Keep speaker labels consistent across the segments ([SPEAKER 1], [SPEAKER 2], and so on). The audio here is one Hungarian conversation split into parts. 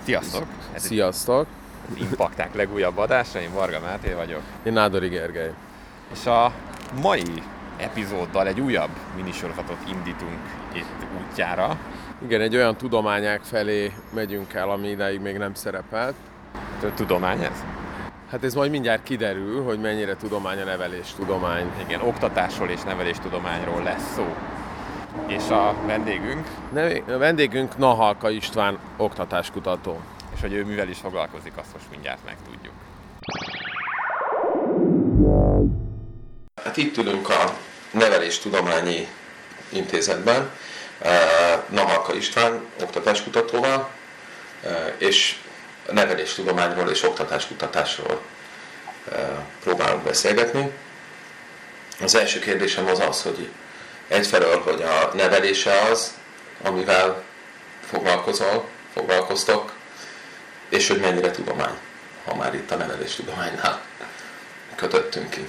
[SPEAKER 1] Sziasztok!
[SPEAKER 2] Sziasztok!
[SPEAKER 1] Ez Impakták legújabb adása, én Varga Máté vagyok.
[SPEAKER 2] Én Nádori Gergely.
[SPEAKER 1] És a mai epizóddal egy újabb minisorozatot indítunk itt útjára.
[SPEAKER 2] Igen, egy olyan tudományág felé megyünk el, ami idáig még nem szerepelt.
[SPEAKER 1] Tudomány ez?
[SPEAKER 2] Hát ez majd mindjárt kiderül, hogy mennyire tudomány a neveléstudomány.
[SPEAKER 1] Igen, oktatásról és neveléstudományról lesz szó. És a vendégünk?
[SPEAKER 2] A vendégünk Nahalka István, oktatáskutató.
[SPEAKER 1] És hogy ő mivel is foglalkozik, azt most mindjárt megtudjuk.
[SPEAKER 2] Hát itt ülünk a Neveléstudományi Intézetben, Nahalka István oktatáskutatóval, és neveléstudományról és oktatáskutatásról próbálunk beszélgetni. Az első kérdésem az, hogy egyfelől, hogy a nevelése az, amivel foglalkoztok, és hogy mennyire tudomány, ha már itt a neveléstudománynál kötöttünk ki.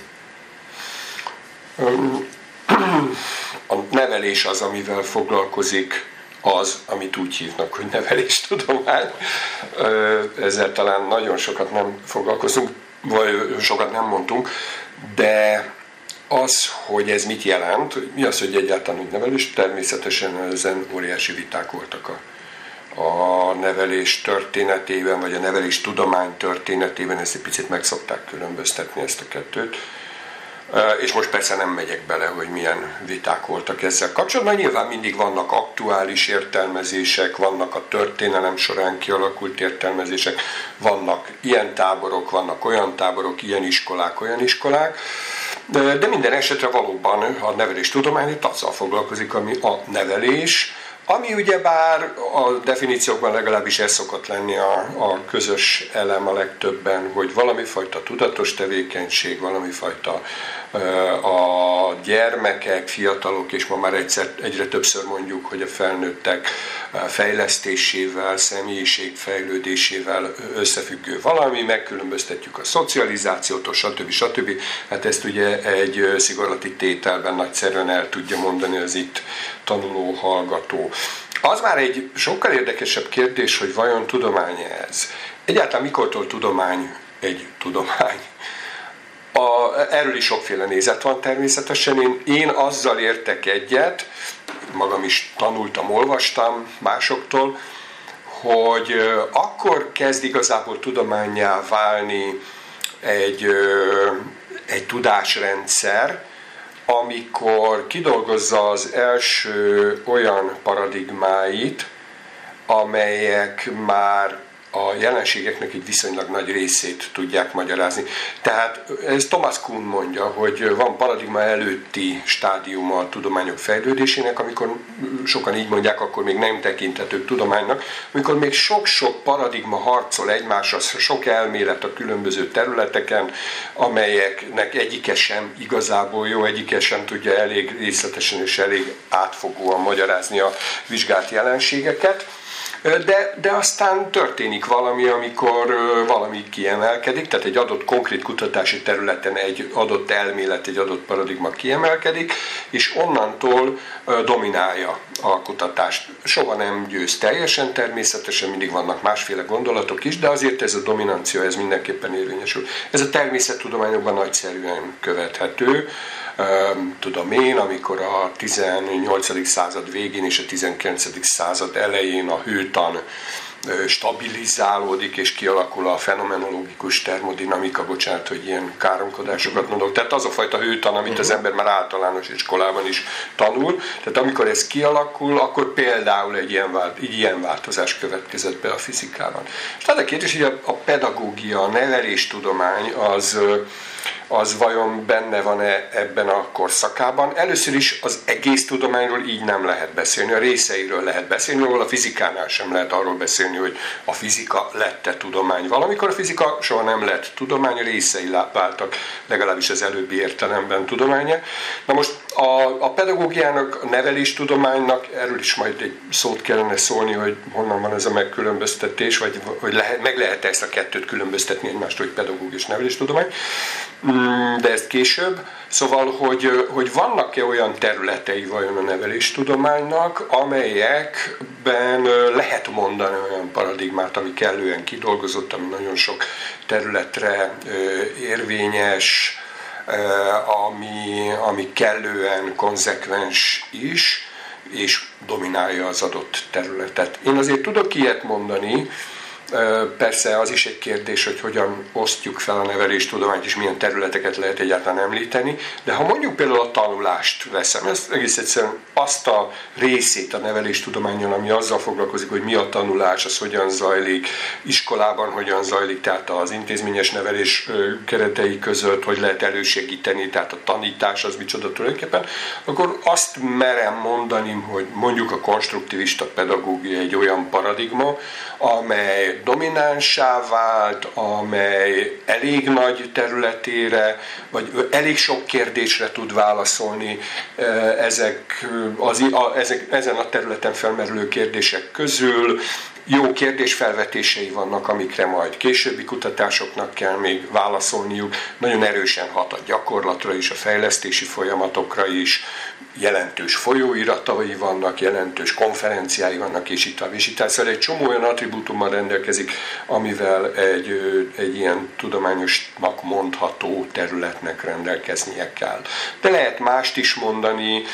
[SPEAKER 3] A nevelés az, amivel foglalkozik, az, amit úgy hívnak, hogy neveléstudomány. Ezzel talán nagyon sokat nem foglalkozunk, vagy sokat nem mondtunk, de az, hogy ez mit jelent, mi az, hogy egyáltalán úgy nevelés, természetesen ezen óriási viták voltak a nevelés történetében, vagy a nevelés tudomány történetében, ezt egy picit meg szokták különböztetni ezt a kettőt. És most persze nem megyek bele, hogy milyen viták voltak ezzel kapcsolatban. Nyilván mindig vannak aktuális értelmezések, vannak a történelem során kialakult értelmezések, vannak ilyen táborok, vannak olyan táborok, ilyen iskolák, olyan iskolák. De minden esetre valóban a neveléstudomány itt azzal foglalkozik, ami a nevelés, ami ugyebár a definíciókban legalábbis ez szokott lenni a közös elem a legtöbben, hogy valami fajta tudatos tevékenység, valami fajta a gyermekek, fiatalok, és ma már egyre többször mondjuk, hogy a felnőttek fejlesztésével, személyiségfejlődésével összefüggő valami, megkülönböztetjük a szocializációtól, stb. Hát ezt ugye egy szigorlati tételben nagyszerűen el tudja mondani az itt tanuló, hallgató. Az már egy sokkal érdekesebb kérdés, hogy vajon tudomány ez. Egyáltalán mikortól tudomány egy tudomány? Erről is sokféle nézet van természetesen. Én azzal értek egyet, magam is tanultam, olvastam másoktól, hogy akkor kezd igazából tudománnyá válni egy tudásrendszer, amikor kidolgozza az első olyan paradigmáit, amelyek már a jelenségeknek egy viszonylag nagy részét tudják magyarázni. Tehát ez Thomas Kuhn mondja, hogy van paradigma előtti stádiuma a tudományok fejlődésének, amikor sokan így mondják, akkor még nem tekinthetők tudománynak, amikor még sok-sok paradigma harcol egymásra, sok elmélet a különböző területeken, amelyeknek egyike sem igazából jó, egyike sem tudja elég részletesen és elég átfogóan magyarázni a vizsgált jelenségeket. De aztán történik valami, amikor valami kiemelkedik, tehát egy adott konkrét kutatási területen egy adott elmélet, egy adott paradigma kiemelkedik, és onnantól dominálja a kutatást. Soha nem győz teljesen, természetesen mindig vannak másféle gondolatok is, de azért ez a dominancia, ez mindenképpen érvényesül. Ez a természettudományokban nagyszerűen követhető. Tudom én, amikor a 18. század végén és a 19. század elején a hőtan stabilizálódik és kialakul a fenomenológikus termodinamika, bocsánat, hogy ilyen káromkodásokat mondok. Tehát az a fajta hőtan, amit az ember már általános iskolában is tanul. Tehát amikor ez kialakul, akkor például egy ilyen változás következett be a fizikában. És tehát a kérdés, hogy a pedagógia, a neveléstudomány az vajon benne van-e ebben a korszakában. Először is az egész tudományról így nem lehet beszélni, a részeiről lehet beszélni, ahol a fizikánál sem lehet arról beszélni, hogy a fizika lett-e tudomány. Valamikor a fizika soha nem lett tudomány, a részei váltak legalábbis az előbbi értelemben tudománya. Na most A pedagógiának, a neveléstudománynak, erről is majd egy szót kellene szólni, hogy honnan van ez a megkülönböztetés, vagy hogy meg lehet ezt a kettőt különböztetni egymástól, hogy pedagógia és neveléstudomány, de ezt később. Szóval, hogy vannak-e olyan területei vajon a neveléstudománynak, amelyekben lehet mondani olyan paradigmát, ami kellően kidolgozott, ami nagyon sok területre érvényes, ami kellően konzekvens is, és dominálja az adott területet. Én azért tudok ilyet mondani, persze az is egy kérdés, hogy hogyan osztjuk fel a neveléstudományt, és milyen területeket lehet egyáltalán említeni, de ha mondjuk például a tanulást veszem, ezt egész egyszerűen azt a részét a neveléstudományon, ami azzal foglalkozik, hogy mi a tanulás, az hogyan zajlik, iskolában hogyan zajlik, tehát az intézményes nevelés keretei között, hogy lehet elősegíteni, tehát a tanítás az micsoda tulajdonképpen, akkor azt merem mondani, hogy mondjuk a konstruktivista pedagógia egy olyan paradigma, amely dominánssá vált, amely elég nagy területére, vagy elég sok kérdésre tud válaszolni ezen a területen felmerülő kérdések közül. Jó kérdésfelvetései vannak, amikre majd későbbi kutatásoknak kell még válaszolniuk. Nagyon erősen hat a gyakorlatra is, a fejlesztési folyamatokra is, jelentős folyóiratai vannak, jelentős konferenciái vannak, és itt tovább. Szóval egy csomó olyan attribútummal rendelkezik, amivel egy ilyen tudományosnak mondható területnek rendelkeznie kell. De lehet mást is mondani,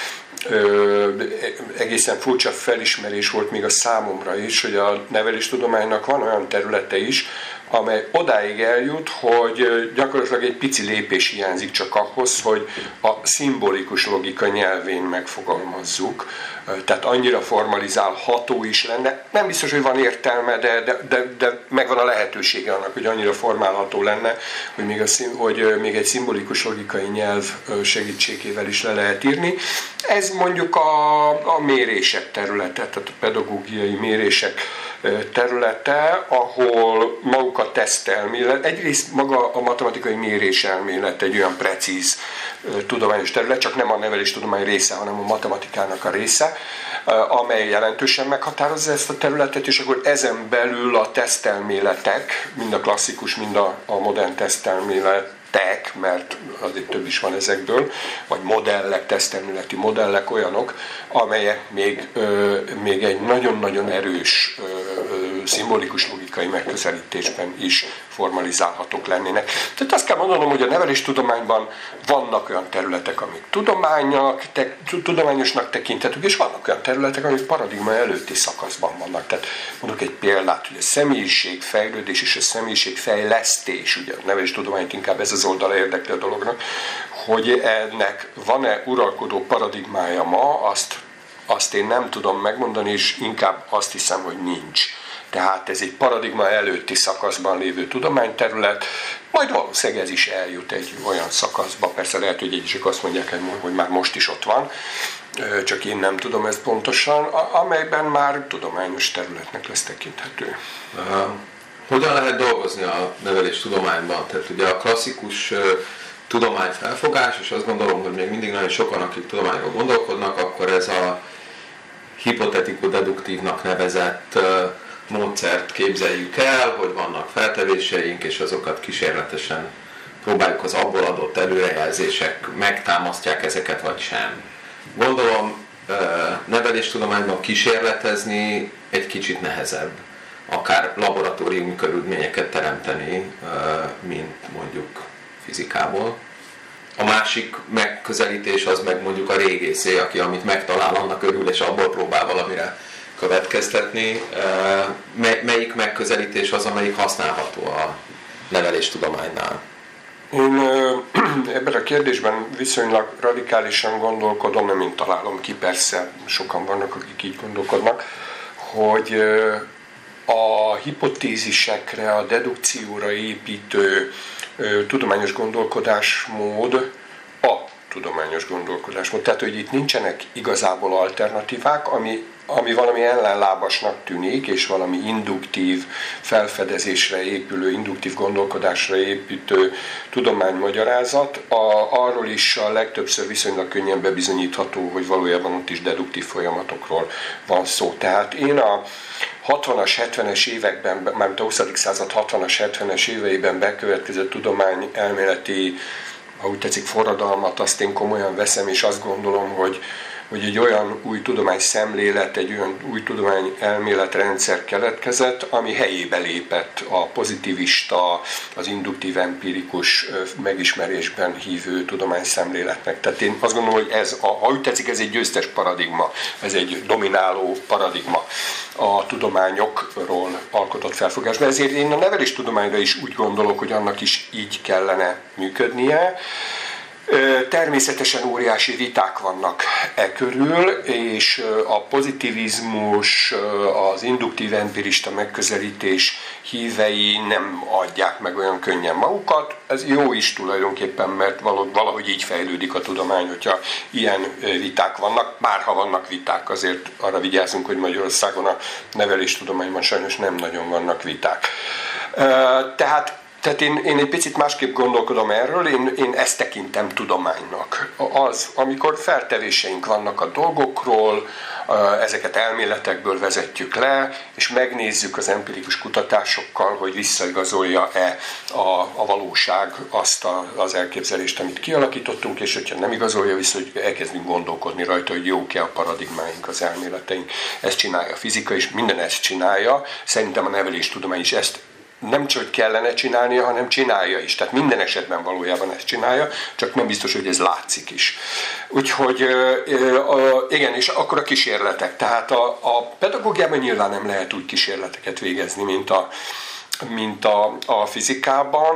[SPEAKER 3] egészen furcsa felismerés volt még a számomra is, hogy a neveléstudománynak van olyan területe is, amely odáig eljut, hogy gyakorlatilag egy pici lépés hiányzik csak ahhoz, hogy a szimbolikus logika nyelvén megfogalmazzuk. Tehát annyira formalizálható is lenne. Nem biztos, hogy van értelme, de megvan a lehetősége annak, hogy annyira formálható lenne, hogy még egy szimbolikus logikai nyelv segítségével is le lehet írni. Ez mondjuk a mérések területe, tehát a pedagógiai mérések területe, ahol maguk a tesztelmélet, egyrészt maga a matematikai méréselmélet egy olyan precíz tudományos terület, csak nem a neveléstudomány része, hanem a matematikának a része, amely jelentősen meghatározza ezt a területet, és akkor ezen belül a tesztelméletek, mind a klasszikus, mind a modern tesztelmélet, mert azért több is van ezekből, vagy modellek, tesztelméleti modellek olyanok, amelyek még egy nagyon-nagyon erős szimbolikus logikai megközelítésben is formalizálhatók lennének. Tehát azt kell mondanom, hogy a neveléstudományban vannak olyan területek, amik tudományosnak tekinthetők, és vannak olyan területek, amik paradigma előtti szakaszban vannak. Tehát mondok egy példát, hogy a személyiségfejlődés és a személyiségfejlesztés, ugye a neveléstudományt inkább ez az oldala érdekli a dolognak, hogy ennek van-e uralkodó paradigmája ma, azt én nem tudom megmondani, és inkább azt hiszem, hogy nincs. Tehát ez egy paradigma előtti szakaszban lévő tudományterület, majd valószínűleg ez is eljut egy olyan szakaszba, persze lehet, hogy egyesek azt mondják, hogy már most is ott van, csak én nem tudom ezt pontosan, amelyben már tudományos területnek lesz tekinthető.
[SPEAKER 2] Hogyan lehet dolgozni a neveléstudományban? Tehát ugye a klasszikus tudományfelfogás, és azt gondolom, hogy még mindig nagyon sokan, akik tudományban gondolkodnak, akkor ez a hipotetico-deduktívnak nevezett módszert képzeljük el, hogy vannak feltevéseink, és azokat kísérletesen próbáljuk az abból adott előrejelzések megtámasztják ezeket, vagy sem. Gondolom, neveléstudományban kísérletezni egy kicsit nehezebb, akár laboratóriumi körülményeket teremteni, mint mondjuk fizikából. A másik megközelítés az meg mondjuk a régészé, aki amit megtalál, annak örül, és abból próbál valamire következtetni. Melyik megközelítés az, amelyik használható a neveléstudománynál?
[SPEAKER 3] Én ebben a kérdésben viszonylag radikálisan gondolkodom, nem én találom ki, persze sokan vannak, akik így gondolkodnak, hogy a hipotézisekre, a dedukcióra építő tudományos gondolkodásmód a tudományos gondolkodásmód. Tehát, hogy itt nincsenek igazából alternatívák, ami ami valami ellenlábasnak tűnik, és valami induktív felfedezésre épülő, induktív gondolkodásra építő tudománymagyarázat, arról is a legtöbbször viszonylag könnyen bebizonyítható, hogy valójában ott is deduktív folyamatokról van szó. Tehát én a 60-as, 70-es években, mármint a 20. század 60-as, 70-es éveiben bekövetkezett tudományelméleti, ha úgy tetszik, forradalmat, azt én komolyan veszem, és azt gondolom, hogy egy olyan új tudományszemlélet, egy olyan új tudományelméletrendszer keletkezett, ami helyébe lépett a pozitivista, az induktív empirikus megismerésben hívő tudományszemléletnek. Tehát én azt gondolom, hogy ez, ha úgy tetszik, ez egy győztes paradigma, ez egy domináló paradigma a tudományokról alkotott felfogásban. Ezért én a neveléstudományra is úgy gondolok, hogy annak is így kellene működnie. Természetesen óriási viták vannak e körül, és a pozitivizmus, az induktív empirista megközelítés hívei nem adják meg olyan könnyen magukat. Ez jó is tulajdonképpen, mert valahogy így fejlődik a tudomány, hogyha ilyen viták vannak. Bárha vannak viták, azért arra vigyázunk, hogy Magyarországon a neveléstudományban sajnos nem nagyon vannak viták. Tehát én egy picit másképp gondolkodom erről, én ezt tekintem tudománynak. Az, amikor feltevéseink vannak a dolgokról, ezeket elméletekből vezetjük le, és megnézzük az empirikus kutatásokkal, hogy visszaigazolja-e a valóság azt az elképzelést, amit kialakítottunk, és hogyha nem igazolja vissza, hogy elkezdünk gondolkodni rajta, hogy jók-e a paradigmáink, az elméleteink. Ezt csinálja a fizika, és minden ezt csinálja. Szerintem a neveléstudomány is ezt nem csak hogy kellene csinálnia, hanem csinálja is. Tehát minden esetben valójában ezt csinálja, csak nem biztos, hogy ez látszik is. Úgyhogy igen, és akkor a kísérletek. Tehát a pedagógiában nyilván nem lehet úgy kísérleteket végezni, mint a fizikában,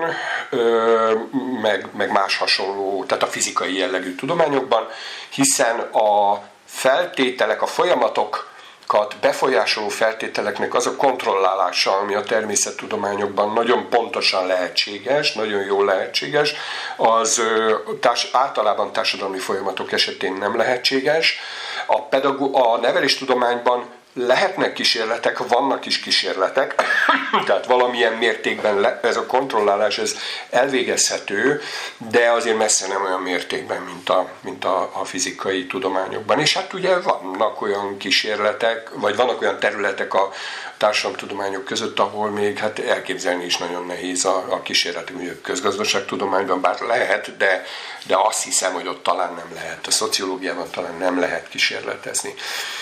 [SPEAKER 3] meg más hasonló, tehát a fizikai jellegű tudományokban, hiszen a feltételek, a folyamatok befolyásoló feltételeknek az a kontrollálása, ami a természettudományokban nagyon pontosan lehetséges, nagyon jól lehetséges, az általában társadalmi folyamatok esetén nem lehetséges. A neveléstudományban lehetnek kísérletek, vannak is kísérletek, tehát valamilyen mértékben ez ez elvégezhető, de azért messze nem olyan mértékben, mint a fizikai tudományokban. És hát ugye vannak olyan kísérletek, vagy vannak olyan területek a társadalomtudományok között, ahol még hát elképzelni is nagyon nehéz a kísérletek, ugye közgazdaságtudományban bár lehet, de azt hiszem, hogy ott talán nem lehet. A szociológiában talán nem lehet kísérletezni.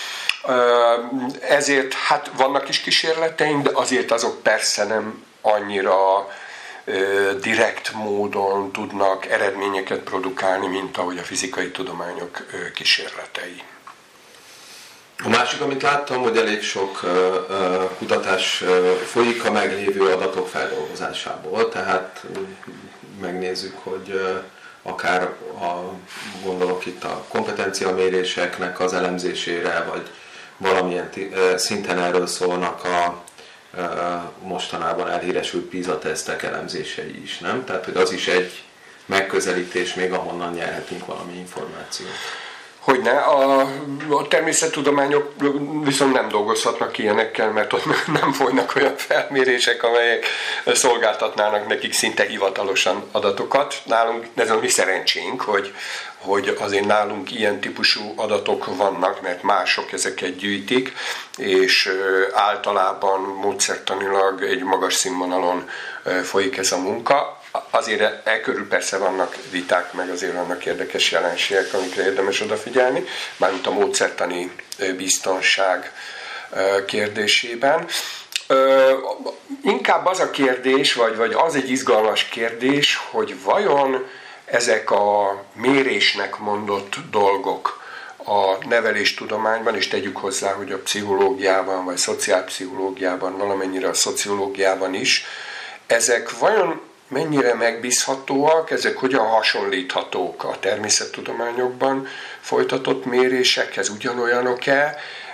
[SPEAKER 3] Ezért hát vannak is kísérleteink, de azért azok persze nem annyira direkt módon tudnak eredményeket produkálni, mint ahogy a fizikai tudományok kísérletei.
[SPEAKER 2] A másik, amit láttam, hogy elég sok kutatás folyik a meglévő adatok feldolgozásából, tehát megnézzük, hogy akár gondolok itt a kompetenciaméréseknek az elemzésére, vagy valamilyen szinten erről szólnak a mostanában elhíresült PISA-tesztek elemzései is, nem? Tehát, hogy az is egy megközelítés, még ahonnan nyerhetünk valami információt.
[SPEAKER 3] Hogyne, a természettudományok viszont nem dolgozhatnak ilyenekkel, mert ott nem folynak olyan felmérések, amelyek szolgáltatnának nekik szinte hivatalosan adatokat. Nálunk ez a mi szerencsénk, hogy azért nálunk ilyen típusú adatok vannak, mert mások ezeket gyűjtik, és általában módszertanilag egy magas színvonalon folyik ez a munka. Azért körül persze vannak viták, meg azért vannak érdekes jelenségek, amikre érdemes odafigyelni, mármint a módszertani biztonság kérdésében. Inkább az a kérdés, vagy az egy izgalmas kérdés, hogy vajon ezek a mérésnek mondott dolgok a neveléstudományban, és tegyük hozzá, hogy a pszichológiában, vagy szociálpszichológiában, valamennyire a szociológiában is, ezek vajon mennyire megbízhatóak, ezek hogyan hasonlíthatók a természettudományokban folytatott mérésekhez, ugyanolyanok-e,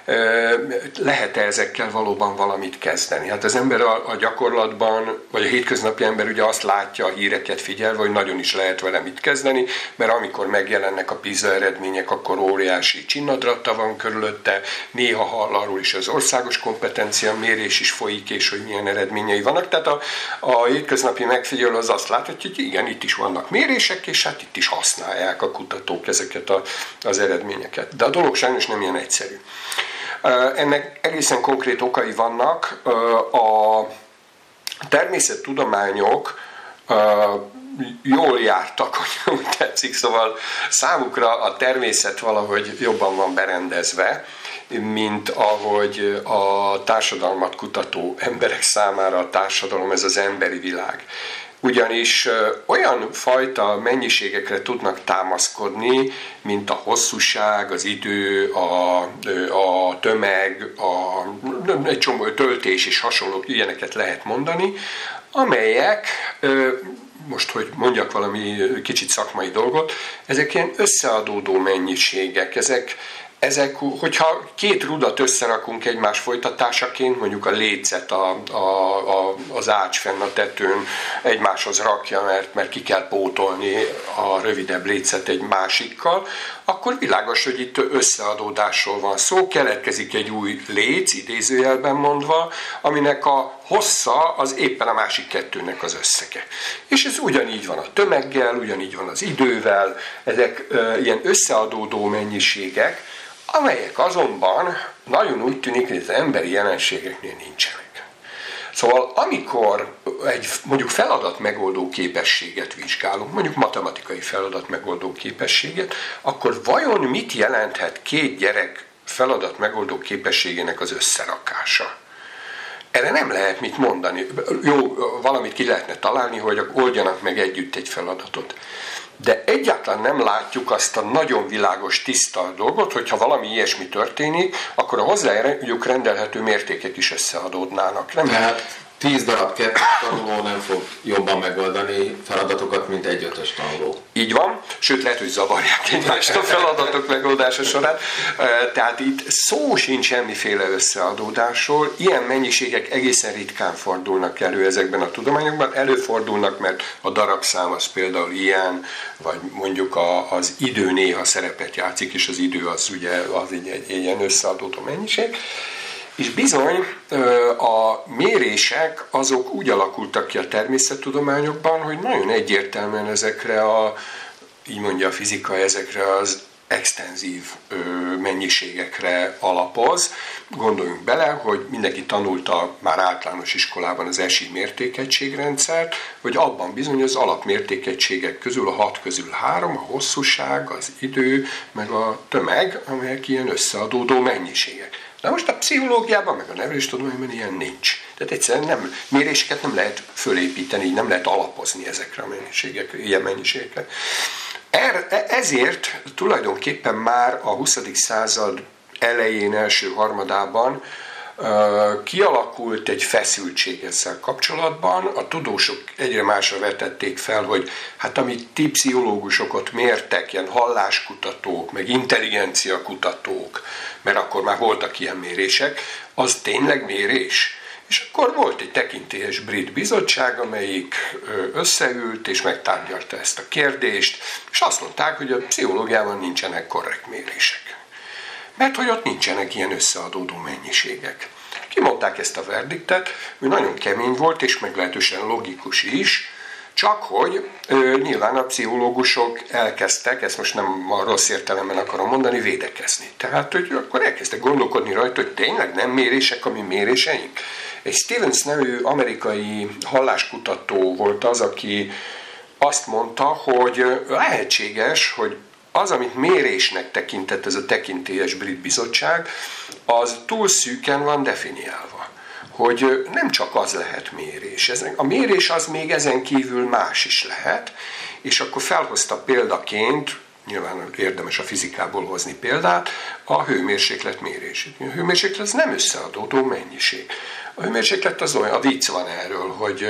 [SPEAKER 3] lehet-e ezekkel valóban valamit kezdeni? Hát az ember a gyakorlatban, vagy a hétköznapi ember ugye azt látja a híreket figyelve, hogy nagyon is lehet vele mit kezdeni, mert amikor megjelennek a PISA eredmények, akkor óriási csinnadratta van körülötte, néha hall arról is az országos kompetencia mérés is folyik, és hogy milyen eredményei vannak. Tehát a hétköznapi megfigyelő az azt láthatja, hogy igen, itt is vannak mérések, és hát itt is használják a kutatók ezeket az eredményeket. De a dolog sajnos nem ilyen egyszerű. Ennek egészen konkrét okai vannak. A természettudományok jól jártak, hogy úgy tetszik, szóval számukra a természet valahogy jobban van berendezve, mint ahogy a társadalmat kutató emberek számára a társadalom, ez az emberi világ. Ugyanis olyan fajta mennyiségekre tudnak támaszkodni, mint a hosszúság, az idő, a tömeg, egy csomó töltés és hasonlók, ilyeneket lehet mondani, amelyek, most hogy mondjak valami kicsit szakmai dolgot, ezek ilyen összeadódó mennyiségek, ezek, hogyha két rudat összerakunk egymás folytatásaként, mondjuk a lécet az ács fenn a tetőn egymáshoz rakja, mert ki kell pótolni a rövidebb lécet egy másikkal, akkor világos, hogy itt összeadódásról van szó, keletkezik egy új léc, idézőjelben mondva, aminek a hossza az éppen a másik kettőnek az összege. És ez ugyanígy van a tömeggel, ugyanígy van az idővel, ezek ilyen összeadódó mennyiségek, amelyek azonban nagyon úgy tűnik, hogy az emberi jelenségeknél nincsenek. Szóval amikor egy mondjuk feladatmegoldó képességet vizsgálunk, mondjuk matematikai feladatmegoldó képességet, akkor vajon mit jelenthet két gyerek feladatmegoldó képességének az összerakása? Erre nem lehet mit mondani. Jó, valamit ki lehetne találni, hogy oldjanak meg együtt egy feladatot. De egyáltalán nem látjuk azt a nagyon világos, tiszta dolgot, hogyha valami ilyesmi történik, akkor a hozzájuk rendelhető mértékek is összeadódnának. Nem
[SPEAKER 2] tehát 10 darab kettős tanuló nem fog jobban megoldani feladatokat, mint egy ötös tanuló.
[SPEAKER 3] Így van, sőt lehet, hogy zavarják egymást a feladatok megoldása során. Tehát itt szó sincs semmiféle összeadódásról. Ilyen mennyiségek egészen ritkán fordulnak elő ezekben a tudományokban. Előfordulnak, mert a darabszám az például ilyen, vagy mondjuk az idő néha szerepet játszik, és az idő az ugye az egy ilyen összeadódó mennyiség. És bizony a mérések azok úgy alakultak ki a természettudományokban, hogy nagyon egyértelműen ezekre így mondja a fizika, ezekre az extenzív mennyiségekre alapoz. Gondoljunk bele, hogy mindenki tanulta már általános iskolában az ESI mértékegységrendszert, hogy abban bizony az alapmértékegységek közül a 6 közül 3, a hosszúság, az idő, meg a tömeg, amelyek ilyen összeadódó mennyiségek. Na most a pszichológiában, meg a neveléstudományban ilyen nincs. Tehát egyszerűen méréseket nem lehet fölépíteni, így nem lehet alapozni ezekre a ilyen mennyiségekre. Ezért tulajdonképpen már a 20. század elején, első harmadában kialakult egy feszültség ezzel kapcsolatban. A tudósok egyre másra vetették fel, hogy hát amit ti pszichológusok ott mértek, ilyen halláskutatók, meg intelligenciakutatók, mert akkor már voltak ilyen mérések, az tényleg mérés? És akkor volt egy tekintélyes brit bizottság, amelyik összeült és megtárgyalta ezt a kérdést, és azt mondták, hogy a pszichológiában nincsenek korrekt mérések. Mert hogy ott nincsenek ilyen összeadódó mennyiségek. Kimondták ezt a verdiktet, ő nagyon kemény volt, és meglehetősen logikus is, csak hogy nyilván a pszichológusok elkezdtek, ezt most nem a rossz értelemben akarom mondani, védekezni. Tehát, hogy akkor elkezdtek gondolkodni rajta, hogy tényleg nem mérések a mi méréseink. Egy Stevens nevű amerikai halláskutató volt az, aki azt mondta, hogy lehetséges, hogy az, amit mérésnek tekintett ez a tekintélyes brit bizottság, az túl szűken van definiálva. Hogy nem csak az lehet mérés. A mérés az még ezen kívül más is lehet, és akkor felhozta példaként, nyilván érdemes a fizikából hozni példát, a hőmérséklet mérését. A hőmérséklet az nem összeadódó mennyiség. A hőmérséklet az olyan, a vicc van erről, hogy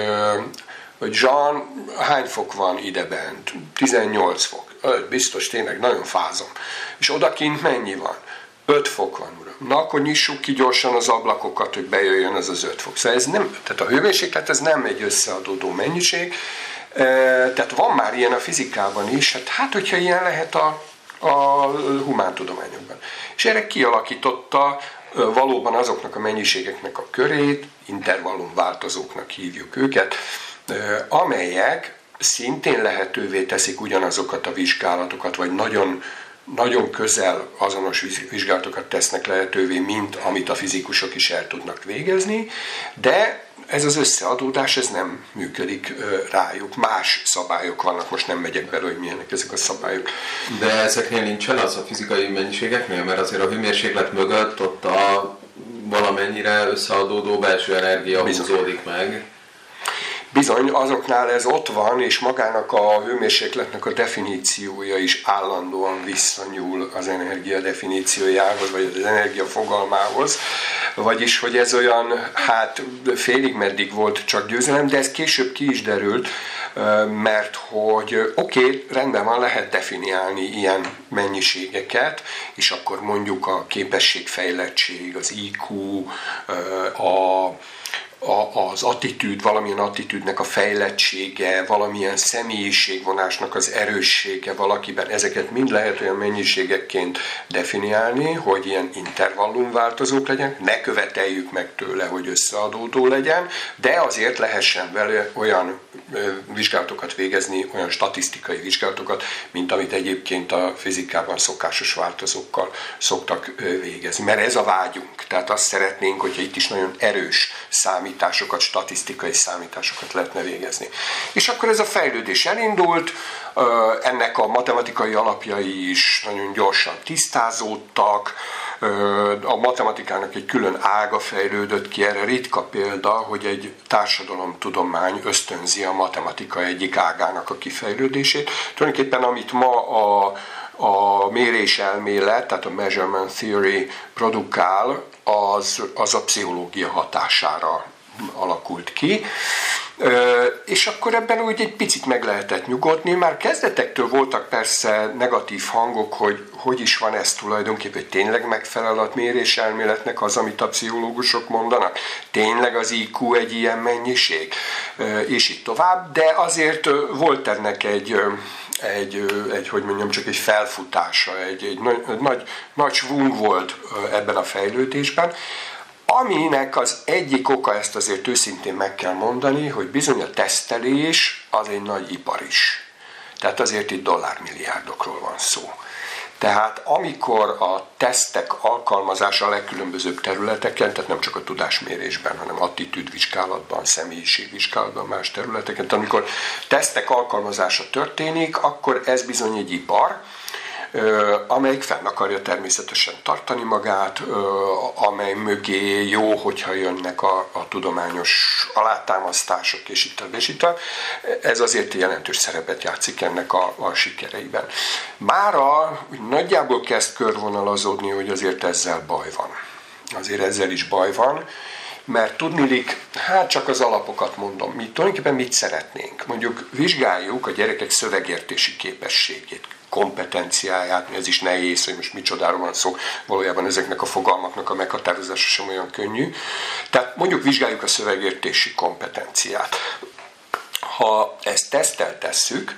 [SPEAKER 3] Jean, hány fok van idebent? 18 fok. Biztos, tényleg nagyon fázom. És odakint mennyi van? 5 fok van, uram. na akkor nyissuk ki gyorsan az ablakokat, hogy bejöjjön az 5 fok. Szóval ez nem, tehát a hőmérséklet ez nem egy összeadódó mennyiség, tehát van már ilyen a fizikában is, hát hogyha ilyen lehet a humántudományokban. És erre kialakította valóban azoknak a mennyiségeknek a körét, intervallumváltozóknak hívjuk őket, amelyek szintén lehetővé teszik ugyanazokat a vizsgálatokat, vagy nagyon, nagyon közel azonos vizsgálatokat tesznek lehetővé, mint amit a fizikusok is el tudnak végezni, de ez az összeadódás, ez nem működik rájuk. Más szabályok vannak, most nem megyek bele, hogy milyenek ezek a szabályok.
[SPEAKER 2] De ezeknél nincsen az a fizikai mennyiségeknél, mert azért a hőmérséklet mögött ott a valamennyire összeadódó belső energia húzódik meg.
[SPEAKER 3] Bizony, azoknál ez ott van, és magának a hőmérsékletnek a definíciója is állandóan visszanyúl az energia definíciójához, vagy az energia fogalmához. Vagyis, hogy ez olyan, hát félig meddig volt csak győzelem, de ez később ki is derült, mert hogy oké, rendben van, lehet definiálni ilyen mennyiségeket, és akkor mondjuk a képességfejlettség, az IQ, az attitűd, valamilyen attitűdnek a fejlettsége, valamilyen személyiségvonásnak az erőssége valakiben, ezeket mind lehet olyan mennyiségekként definiálni, hogy ilyen intervallumváltozók legyenek, ne követeljük meg tőle, hogy összeadódó legyen, de azért lehessen vele olyan vizsgálatokat végezni, olyan statisztikai vizsgálatokat, mint amit egyébként a fizikában szokásos változókkal szoktak végezni. Mert ez a vágyunk, tehát azt szeretnénk, hogyha itt is nagyon erős számításokat, statisztikai számításokat lehetne végezni. És akkor ez a fejlődés elindult, ennek a matematikai alapjai is nagyon gyorsan tisztázódtak, a matematikának egy külön ága fejlődött ki, erre ritka példa, hogy egy társadalomtudomány ösztönzi a matematika egyik ágának a kifejlődését. Tulajdonképpen amit ma a méréselmélet, tehát a measurement theory produkál, az a pszichológia hatására alakult ki. És akkor ebben úgy egy picit meg lehetett nyugodni. Már kezdetektől voltak persze negatív hangok, hogy is van ez tulajdonképpen, hogy tényleg megfelel a méréselméletnek az, amit a pszichológusok mondanak. Tényleg az IQ egy ilyen mennyiség, és így tovább. De azért volt ennek hogy mondjam, csak egy felfutása, egy nagy svung volt ebben a fejlődésben, aminek az egyik oka, ezt azért őszintén meg kell mondani, hogy bizony a tesztelés az egy nagy ipar is. Tehát azért itt dollármilliárdokról van szó. Tehát amikor a tesztek alkalmazása a legkülönbözőbb területeken, tehát nem csak a tudásmérésben, hanem attitűdvizsgálatban, személyiségvizsgálatban, más területeken, tehát amikor tesztek alkalmazása történik, akkor ez bizony egy ipar, amelyik fenn akarja természetesen tartani magát, amely mögé jó, hogyha jönnek a tudományos alátámasztások, és itt. Ez azért jelentős szerepet játszik ennek a sikereiben. Mára nagyjából kezd körvonalazódni, hogy azért ezzel baj van. Azért ezzel is baj van, mert tudniillik, hát csak az alapokat mondom, mi tulajdonképpen mit szeretnénk. Mondjuk vizsgáljuk a gyerekek szövegértési képességét, kompetenciáját, ez is nehéz, hogy most micsodáról van szó, valójában ezeknek a fogalmaknak a meghatározása sem olyan könnyű. Tehát mondjuk vizsgáljuk a szövegértési kompetenciát. Ha ezt teszttel tesszük,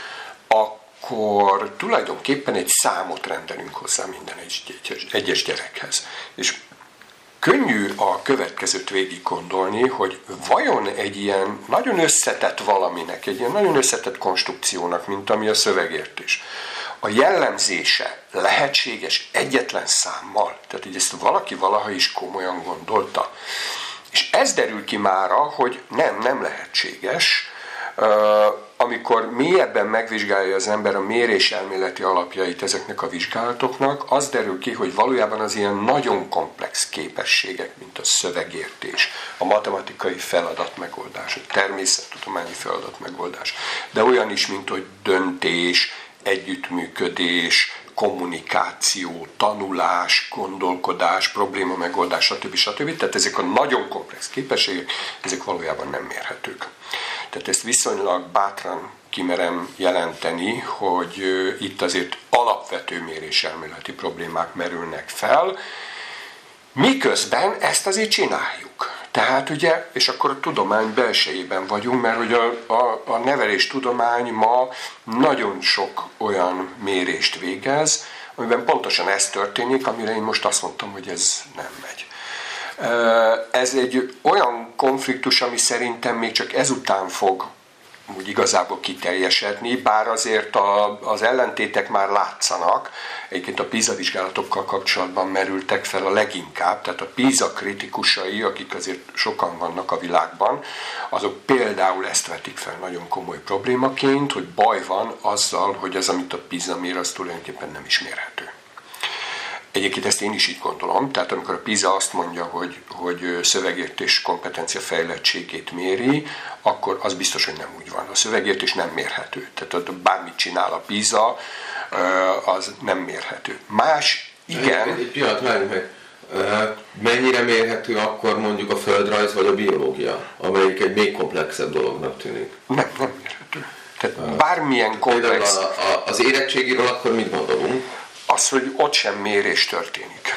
[SPEAKER 3] akkor tulajdonképpen egy számot rendelünk hozzá minden egyes gyerekhez. És könnyű a következőt végig gondolni, hogy vajon egy ilyen nagyon összetett valaminek, egy ilyen nagyon összetett konstrukciónak, mint ami a szövegértés, a jellemzése lehetséges egyetlen számmal? Tehát, hogy ezt valaki valaha is komolyan gondolta. És ez derül ki mára, hogy nem lehetséges. Amikor mélyebben megvizsgálja az ember a méréselméleti alapjait ezeknek a vizsgálatoknak, az derül ki, hogy valójában az ilyen nagyon komplex képességek, mint a szövegértés, a matematikai feladatmegoldás, a természettudományi feladatmegoldás, de olyan is, mint hogy döntés, együttműködés, kommunikáció, tanulás, gondolkodás, probléma megoldás, stb. Tehát ezek a nagyon komplex képességek, ezek valójában nem mérhetők. Tehát ezt viszonylag bátran kimerem jelenteni, hogy itt azért alapvető méréselméleti problémák merülnek fel, Miközben ezt azért csináljuk. Tehát ugye, és akkor a tudomány belsejében vagyunk, mert hogy a neveléstudomány ma nagyon sok olyan mérést végez, amiben pontosan ez történik, amire én most azt mondtam, hogy ez nem megy. Ez egy olyan konfliktus, ami szerintem még csak ezután fog úgy igazából kiteljesedni, bár azért az ellentétek már látszanak. Egyébként a PISA vizsgálatokkal kapcsolatban merültek fel a leginkább, tehát a PISA kritikusai, akik azért sokan vannak a világban, azok például ezt vetik fel nagyon komoly problémaként, hogy baj van azzal, hogy az, amit a PISA mér, az tulajdonképpen nem is mérhető. Egyébként ezt én is így gondolom, tehát amikor a PISA azt mondja, hogy szövegértés kompetencia fejlettségét méri, akkor az biztos, hogy nem úgy van. A szövegértés nem mérhető. Tehát bármit csinál a PISA, az nem mérhető. Más, igen.
[SPEAKER 2] Egy pillanat, várjunk meg. Mennyire mérhető akkor mondjuk a földrajz vagy a biológia, amelyik egy még komplexebb dolognak tűnik?
[SPEAKER 3] Nem mérhető. Tehát bármilyen komplex...
[SPEAKER 2] Az érettségiről akkor mit gondolunk?
[SPEAKER 3] Az, hogy ott sem mérés történik.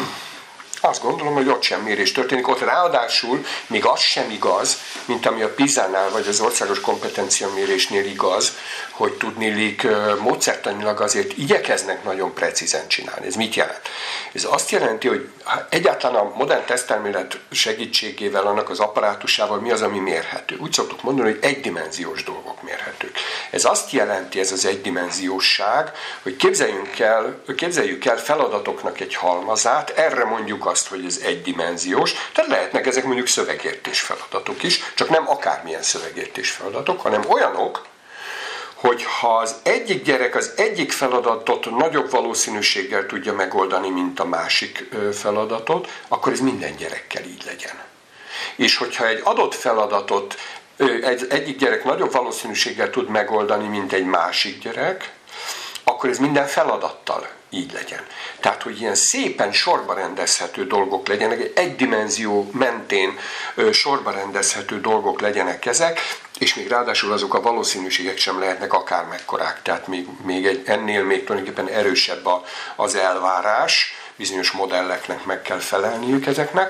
[SPEAKER 3] Azt gondolom, hogy ott sem mérés történik. Ott ráadásul még az sem igaz, mint ami a PISA-nál vagy az országos kompetenciamérésnél igaz, hogy tudniillik módszertanilag azért igyekeznek nagyon precízen csinálni. Ez mit jelent? Ez azt jelenti, hogy egyáltalán a modern tesztelmélet segítségével, annak az apparátusával mi az, ami mérhető. Úgy szoktuk mondani, hogy egydimenziós dolgok mérhetők. Ez azt jelenti, ez az egydimenziósság, hogy képzeljük el feladatoknak egy halmazát, erre mondjuk azt, hogy ez egydimenziós, tehát lehetnek ezek mondjuk szövegértés feladatok is, csak nem akármilyen szövegértés feladatok, hanem olyanok, hogy ha az egyik gyerek az egyik feladatot nagyobb valószínűséggel tudja megoldani, mint a másik feladatot, akkor ez minden gyerekkel így legyen. És hogyha egy adott feladatot egyik gyerek nagyobb valószínűséggel tud megoldani, mint egy másik gyerek, akkor ez minden feladattal így legyen. Tehát, hogy ilyen szépen sorba rendezhető dolgok legyenek, egy dimenzió mentén sorba rendezhető dolgok legyenek ezek, és még ráadásul azok a valószínűségek sem lehetnek akármekkorák, tehát ennél még tulajdonképpen erősebb az elvárás, bizonyos modelleknek meg kell felelniük ezeknek,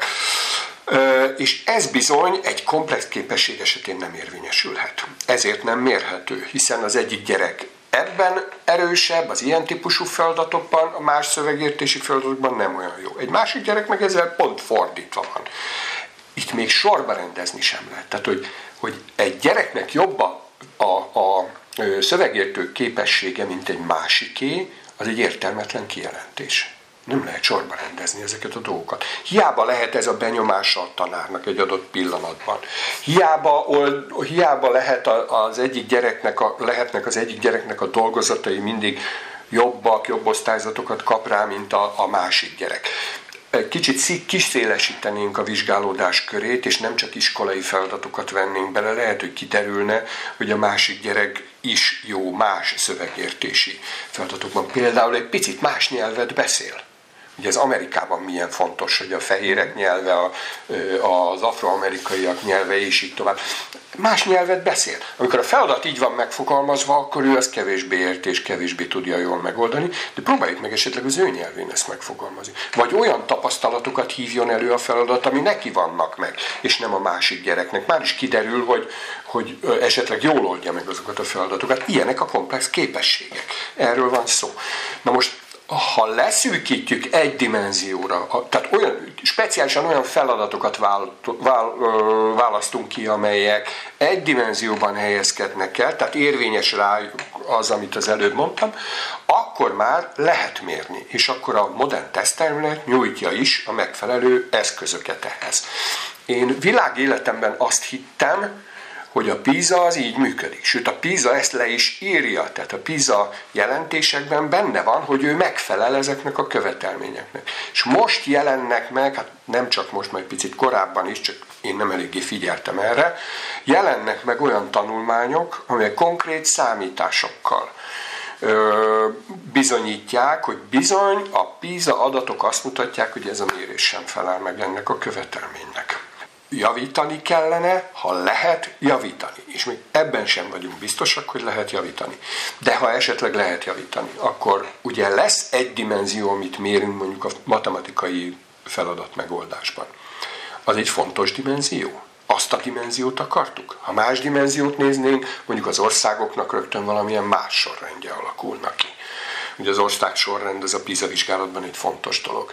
[SPEAKER 3] és ez bizony egy komplex képesség esetén nem érvényesülhet. Ezért nem mérhető, hiszen az egyik gyerek ebben erősebb, az ilyen típusú feladatokban, a más szövegértési feladatokban nem olyan jó. Egy másik gyerek meg ezzel pont fordítva van. Itt még sorba rendezni sem lehet. Tehát, hogy egy gyereknek jobb a szövegértő képessége, mint egy másiké, az egy értelmetlen kijelentés. Nem lehet sorba rendezni ezeket a dolgokat. Hiába lehet ez a benyomása a tanárnak egy adott pillanatban. Hiába lehet lehetnek az egyik gyereknek a dolgozatai mindig jobb osztályzatokat kap rá, mint a másik gyerek. Kicsit kiszélesítenénk a vizsgálódás körét, és nem csak iskolai feladatokat vennénk bele, lehet, hogy kiderülne, hogy a másik gyerek is jó más szövegértési feladatokban. Például egy picit más nyelvet beszél. Ugye az Amerikában milyen fontos, hogy a fehérek nyelve, az afroamerikaiak nyelve, és így tovább. Más nyelvet beszél. Amikor a feladat így van megfogalmazva, akkor ő azt kevésbé érti, és kevésbé tudja jól megoldani, de próbáljuk meg esetleg az ő nyelvén ezt megfogalmazni. Vagy olyan tapasztalatokat hívjon elő a feladat, ami neki vannak meg, és nem a másik gyereknek. Már is kiderül, hogy esetleg jól oldja meg azokat a feladatokat. Ilyenek a komplex képességek. Erről van szó. Na most, ha leszűkítjük egy dimenzióra, tehát speciálisan olyan feladatokat választunk ki, amelyek egy dimenzióban helyezkednek el, tehát érvényes rá az, amit az előbb mondtam, akkor már lehet mérni, és akkor a modern tesztelmélet nyújtja is a megfelelő eszközöket ehhez. Én világéletemben azt hittem, hogy a PISA az így működik. Sőt, a PISA ezt le is írja. Tehát a PISA jelentésekben benne van, hogy ő megfelel ezeknek a követelményeknek. És most jelennek meg, hát nem csak most, majd picit korábban is, csak én nem eléggé figyeltem erre, jelennek meg olyan tanulmányok, amelyek konkrét számításokkal bizonyítják, hogy bizony a PISA adatok azt mutatják, hogy ez a mérés sem felel meg ennek a követelménynek. Javítani kellene, ha lehet javítani. És még ebben sem vagyunk biztosak, hogy lehet javítani. De ha esetleg lehet javítani, akkor ugye lesz egy dimenzió, amit mérünk mondjuk a matematikai feladat megoldásban. Az egy fontos dimenzió. Azt a dimenziót akartuk. Ha más dimenziót néznénk, mondjuk az országoknak rögtön valamilyen más sorrendje alakulnak ki. Ugye az ország sorrend az a PISA vizsgálatban egy fontos dolog.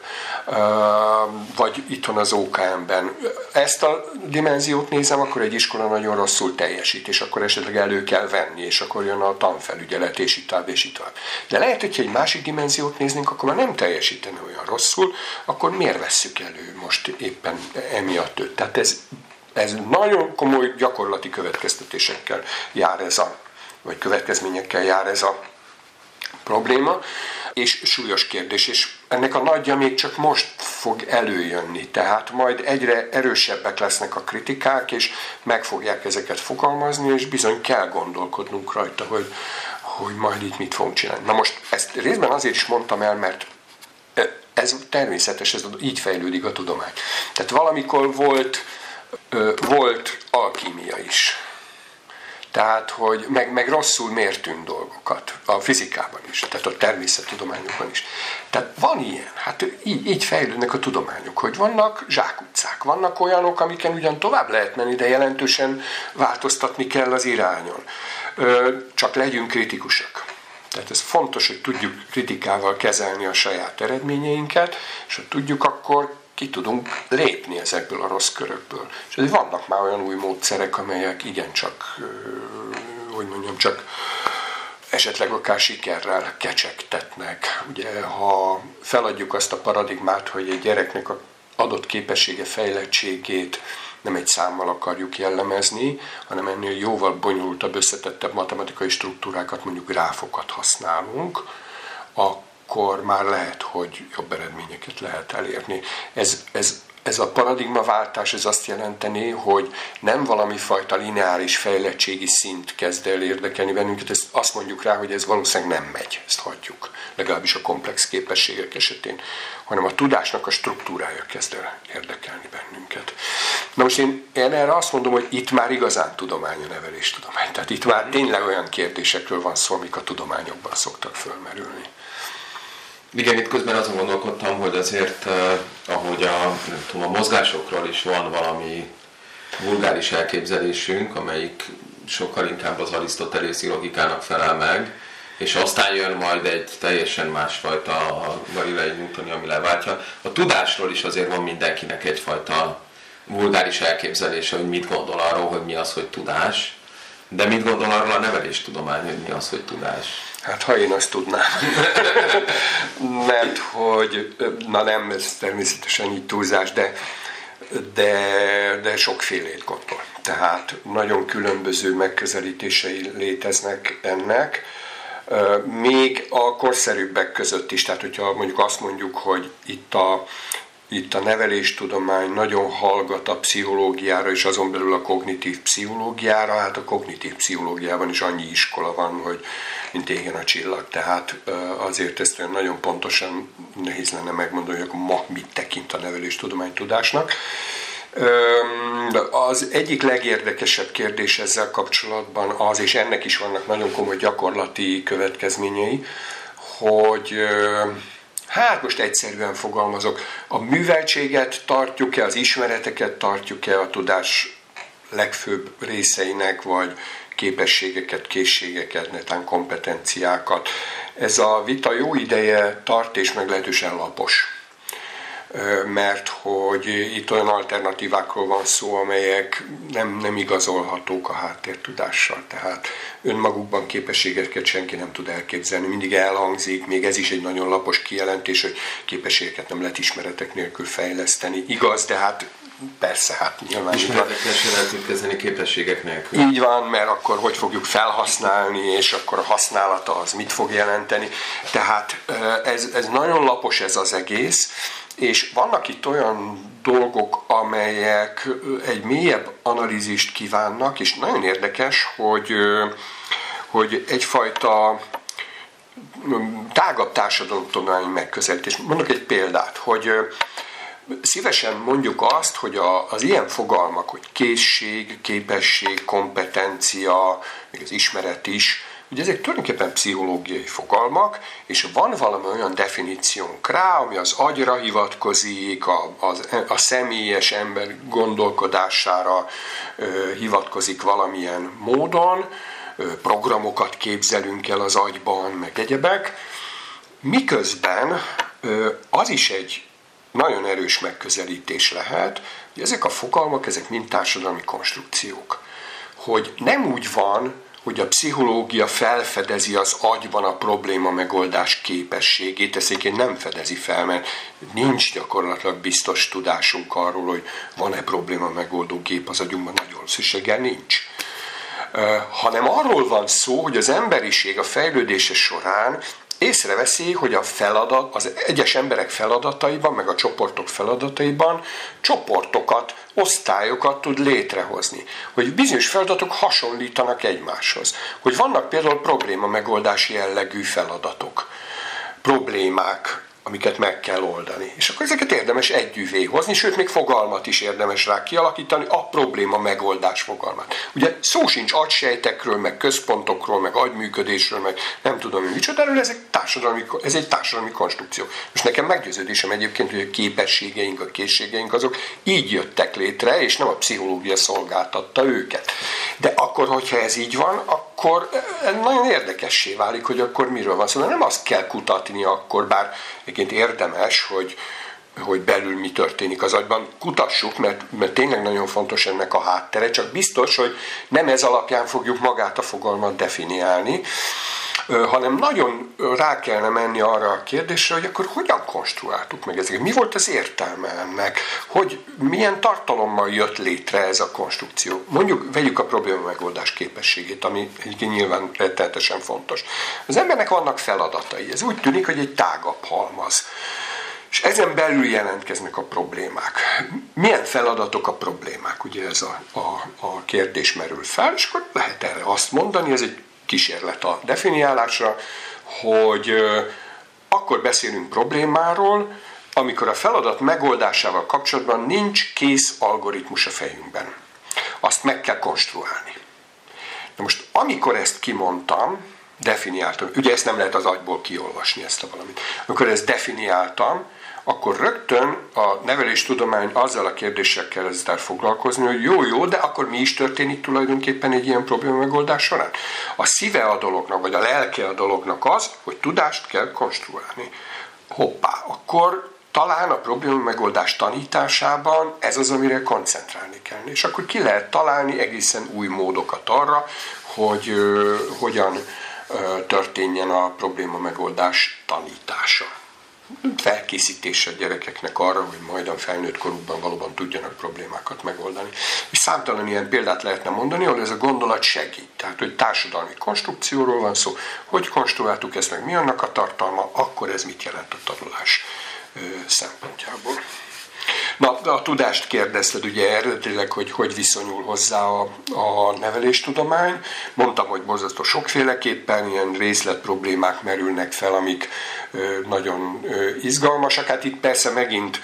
[SPEAKER 3] Vagy itthon az OKM-ben. Ezt a dimenziót nézem, akkor egy iskola nagyon rosszul teljesít, és akkor esetleg elő kell venni, és akkor jön a tanfelügyelet, és itt tovább, és itt tovább. De lehet, hogyha egy másik dimenziót néznénk, akkor már nem teljesítene olyan rosszul, akkor miért vesszük elő most éppen emiatt őt? Tehát ez nagyon komoly gyakorlati következtetésekkel jár vagy következményekkel jár ez a probléma, és súlyos kérdés, és ennek a nagyja még csak most fog előjönni, tehát majd egyre erősebbek lesznek a kritikák, és meg fogják ezeket fogalmazni, és bizony kell gondolkodnunk rajta, hogy majd itt mit fogunk csinálni. Na most ezt részben azért is mondtam el, mert ez természetes, így fejlődik a tudomány. Tehát valamikor volt alkímia is. Tehát, hogy meg rosszul mértünk dolgokat, a fizikában is, tehát a természettudományokban is. Tehát van ilyen, hát így fejlődnek a tudományok, hogy vannak zsákutcák, vannak olyanok, amiken ugyan tovább lehet menni, de jelentősen változtatni kell az irányon. Csak legyünk kritikusak. Tehát ez fontos, hogy tudjuk kritikával kezelni a saját eredményeinket, és ha tudjuk, akkor ki tudunk lépni ezekből a rossz körökből. És vannak már olyan új módszerek, amelyek igencsak, csak esetleg akár sikerrel kecsegtetnek. Ugye, ha feladjuk azt a paradigmát, hogy egy gyereknek az adott képessége, fejlettségét nem egy számmal akarjuk jellemezni, hanem ennél jóval bonyolultabb, összetettebb matematikai struktúrákat, mondjuk gráfokat használunk, akkor már lehet, hogy jobb eredményeket lehet elérni. Ez a paradigmaváltás, ez azt jelenteni, hogy nem valami fajta lineáris fejlettségi szint kezd el érdekelni bennünket, ezt azt mondjuk rá, hogy ez valószínűleg nem megy, ezt hagyjuk, legalábbis a komplex képességek esetén, hanem a tudásnak a struktúrája kezd el érdekelni bennünket. Na most én erre azt mondom, hogy itt már igazán tudomány a neveléstudomány. Tehát itt már tényleg olyan kérdésekről van szó, amik a tudományokban szoktak fölmerülni.
[SPEAKER 2] Igen, itt közben azon gondolkodtam, hogy azért, ahogy a mozgásokról is van valami vulgáris elképzelésünk, amelyik sokkal inkább az arisztotelészi logikának felel meg, és aztán jön majd egy teljesen másfajta Galilei Newtoni, ami leváltja. A tudásról is azért van mindenkinek egyfajta vulgáris elképzelése, hogy mit gondol arról, hogy mi az, hogy tudás, de mit gondol arról a neveléstudomány, hogy mi az, hogy tudás?
[SPEAKER 3] Hát ha én azt tudnám. Mert hogy, na nem, ez természetesen így túlzás, de sokfélét gondol. Tehát nagyon különböző megközelítései léteznek ennek, még a korszerűbbek között is. Tehát, hogyha mondjuk azt mondjuk, hogy itt a neveléstudomány nagyon hallgat a pszichológiára, és azon belül a kognitív pszichológiára, hát a kognitív pszichológiában is annyi iskola van, hogy mint égen a csillag. Tehát azért ezt nagyon pontosan nehéz lenne megmondani, hogy ma mit tekint a neveléstudomány tudásnak. Az egyik legérdekesebb kérdés ezzel kapcsolatban az, és ennek is vannak nagyon komoly gyakorlati következményei, hogy hát most egyszerűen fogalmazok, a műveltséget tartjuk-e, az ismereteket tartjuk-e a tudás legfőbb részeinek, vagy képességeket, készségeket, netán kompetenciákat. Ez a vita jó ideje tart, és meglehetősen lapos. Mert hogy itt olyan alternatívákról van szó, amelyek nem igazolhatók a háttértudással. Tehát önmagukban képességeket senki nem tud elképzelni. Mindig elhangzik, még ez is egy nagyon lapos kijelentés, hogy képességeket nem lehet ismeretek nélkül fejleszteni. Igaz, de hát persze, hát nyilván...
[SPEAKER 2] Ismeretekkel sem lehet ütkezni képességek nélkül.
[SPEAKER 3] Így van, mert akkor hogy fogjuk felhasználni, és akkor a használata az mit fog jelenteni. Tehát ez nagyon lapos ez az egész, és vannak itt olyan dolgok, amelyek egy mélyebb analízist kívánnak, és nagyon érdekes, hogy egyfajta tágabb társadalomtudományi megközelítés. Mondok egy példát, hogy szívesen mondjuk azt, hogy az ilyen fogalmak, hogy készség, képesség, kompetencia, még az ismeret is, hogy ezek tulajdonképpen pszichológiai fogalmak, és van valami olyan definíciónk rá, ami az agyra hivatkozik, a személyes ember gondolkodására hivatkozik valamilyen módon, programokat képzelünk el az agyban, meg egyebek, miközben az is egy nagyon erős megközelítés lehet, hogy ezek a fogalmak, ezek mind társadalmi konstrukciók. Hogy nem úgy van, hogy a pszichológia felfedezi az agyban a probléma megoldás képességét, ezt egyébként nem fedezi fel, mert nincs gyakorlatilag biztos tudásunk arról, hogy van-e probléma megoldó gép az agyunkban, nagy valószínűséggel nincs. Hanem arról van szó, hogy az emberiség a fejlődése során észreveszi, hogy a feladat, az egyes emberek feladataiban, meg a csoportok feladataiban csoportokat, osztályokat tud létrehozni. Hogy bizonyos feladatok hasonlítanak egymáshoz. Hogy vannak például probléma megoldási jellegű feladatok, problémák, amiket meg kell oldani. És akkor ezeket érdemes együvé hozni, sőt, még fogalmat is érdemes rá kialakítani, a probléma megoldás fogalmát. Ugye szó sincs agysejtekről, meg központokról, meg agyműködésről, meg nem tudom, hogy micsodáról, ez egy társadalmi konstrukció. Most nekem meggyőződésem egyébként, hogy a képességeink, a készségeink azok így jöttek létre, és nem a pszichológia szolgáltatta őket. De akkor, hogyha ez így van, akkor nagyon érdekessé válik, hogy akkor miről van szó. Nem azt kell kutatni akkor, bár egyébként érdemes, hogy belül mi történik az agyban. Kutassuk, mert tényleg nagyon fontos ennek a háttere, csak biztos, hogy nem ez alapján fogjuk magát a fogalmat definiálni, hanem nagyon rá kellene menni arra a kérdésre, hogy akkor hogyan konstruáltuk meg ezeket. Mi volt az értelme ennek? Hogy milyen tartalommal jött létre ez a konstrukció? Mondjuk, vegyük a probléma megoldás képességét, ami egyébként nyilván rettenetesen fontos. Az embernek vannak feladatai. Ez úgy tűnik, hogy egy tágabb halmaz. És ezen belül jelentkeznek a problémák. Milyen feladatok a problémák? Ugye ez a kérdés merül fel, és akkor lehet erre azt mondani, ez egy kísérlet a definiálásra, hogy akkor beszélünk problémáról, amikor a feladat megoldásával kapcsolatban nincs kész algoritmus a fejünkben. Azt meg kell konstruálni. Na most, amikor ezt kimondtam, definiáltam, ugye ezt nem lehet az agyból kiolvasni, ezt a valamit. Amikor ezt definiáltam, akkor rögtön a neveléstudomány azzal a kérdéssel kezdett el foglalkozni, hogy jó, de akkor mi is történik tulajdonképpen egy ilyen probléma megoldás során? A szíve a dolognak, vagy a lelke a dolognak az, hogy tudást kell konstruálni. Hoppá, akkor talán a probléma megoldás tanításában ez az, amire koncentrálni kell. És akkor ki lehet találni egészen új módokat arra, hogy hogyan történjen a probléma megoldás tanítása. Felkészítése a gyerekeknek arra, hogy majd a felnőtt korukban valóban tudjanak problémákat megoldani. És számtalan ilyen példát lehetne mondani, ahol ez a gondolat segít. Tehát, hogy társadalmi konstrukcióról van szó, hogy konstruáltuk ezt, meg mi annak a tartalma, akkor ez mit jelent a tanulás szempontjából. Na, a tudást kérdezted ugye eredetileg, hogy viszonyul hozzá a neveléstudomány. Mondtam, hogy borzasztó sokféleképpen ilyen részletproblémák merülnek fel, amik nagyon izgalmasak. Hát itt persze megint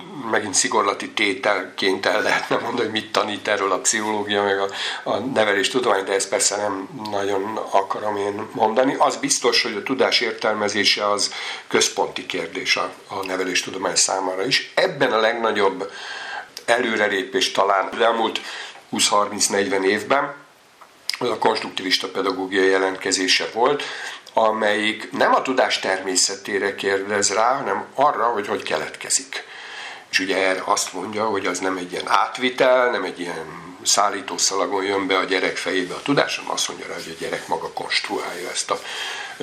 [SPEAKER 3] szigorlati tételként el lehetne mondani, hogy mit tanít erről a pszichológia, meg a neveléstudomány, de ezt persze nem nagyon akarom én mondani. Az biztos, hogy a tudás értelmezése az központi kérdés a neveléstudomány számára is. Ebben a legnagyobb előrelépés talán az elmúlt 20-30-40 évben az a konstruktivista pedagógia jelentkezése volt, amelyik nem a tudás természetére kérdez rá, hanem arra, hogy keletkezik. És ugye erre azt mondja, hogy az nem egy ilyen átvitel, nem egy ilyen szállítószalagon jön be a gyerek fejébe a tudás, hanem azt mondja rá, hogy a gyerek maga konstruálja ezt a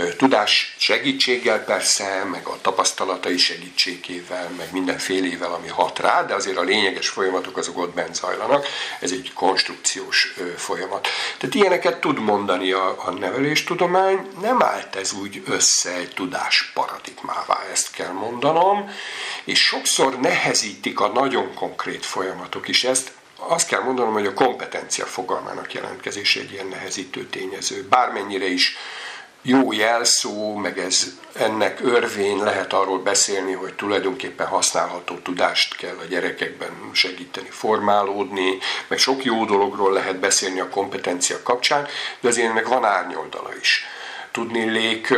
[SPEAKER 3] tudás segítséggel persze, meg a tapasztalatai segítségével, meg mindenfélével, ami hat rá, de azért a lényeges folyamatok azok ott bent zajlanak. Ez egy konstrukciós folyamat. Tehát ilyeneket tud mondani a neveléstudomány, nem állt ez úgy össze egy tudás paradigmává, ezt kell mondanom, és sokszor nehezítik a nagyon konkrét folyamatok is ezt. Azt kell mondanom, hogy a kompetencia fogalmának jelentkezése egy ilyen nehezítő tényező. Bármennyire is jó jelszó, meg ennek örvén lehet arról beszélni, hogy tulajdonképpen használható tudást kell a gyerekekben segíteni, formálódni, meg sok jó dologról lehet beszélni a kompetencia kapcsán, de azért ennek van árnyoldala is. Tudniillik,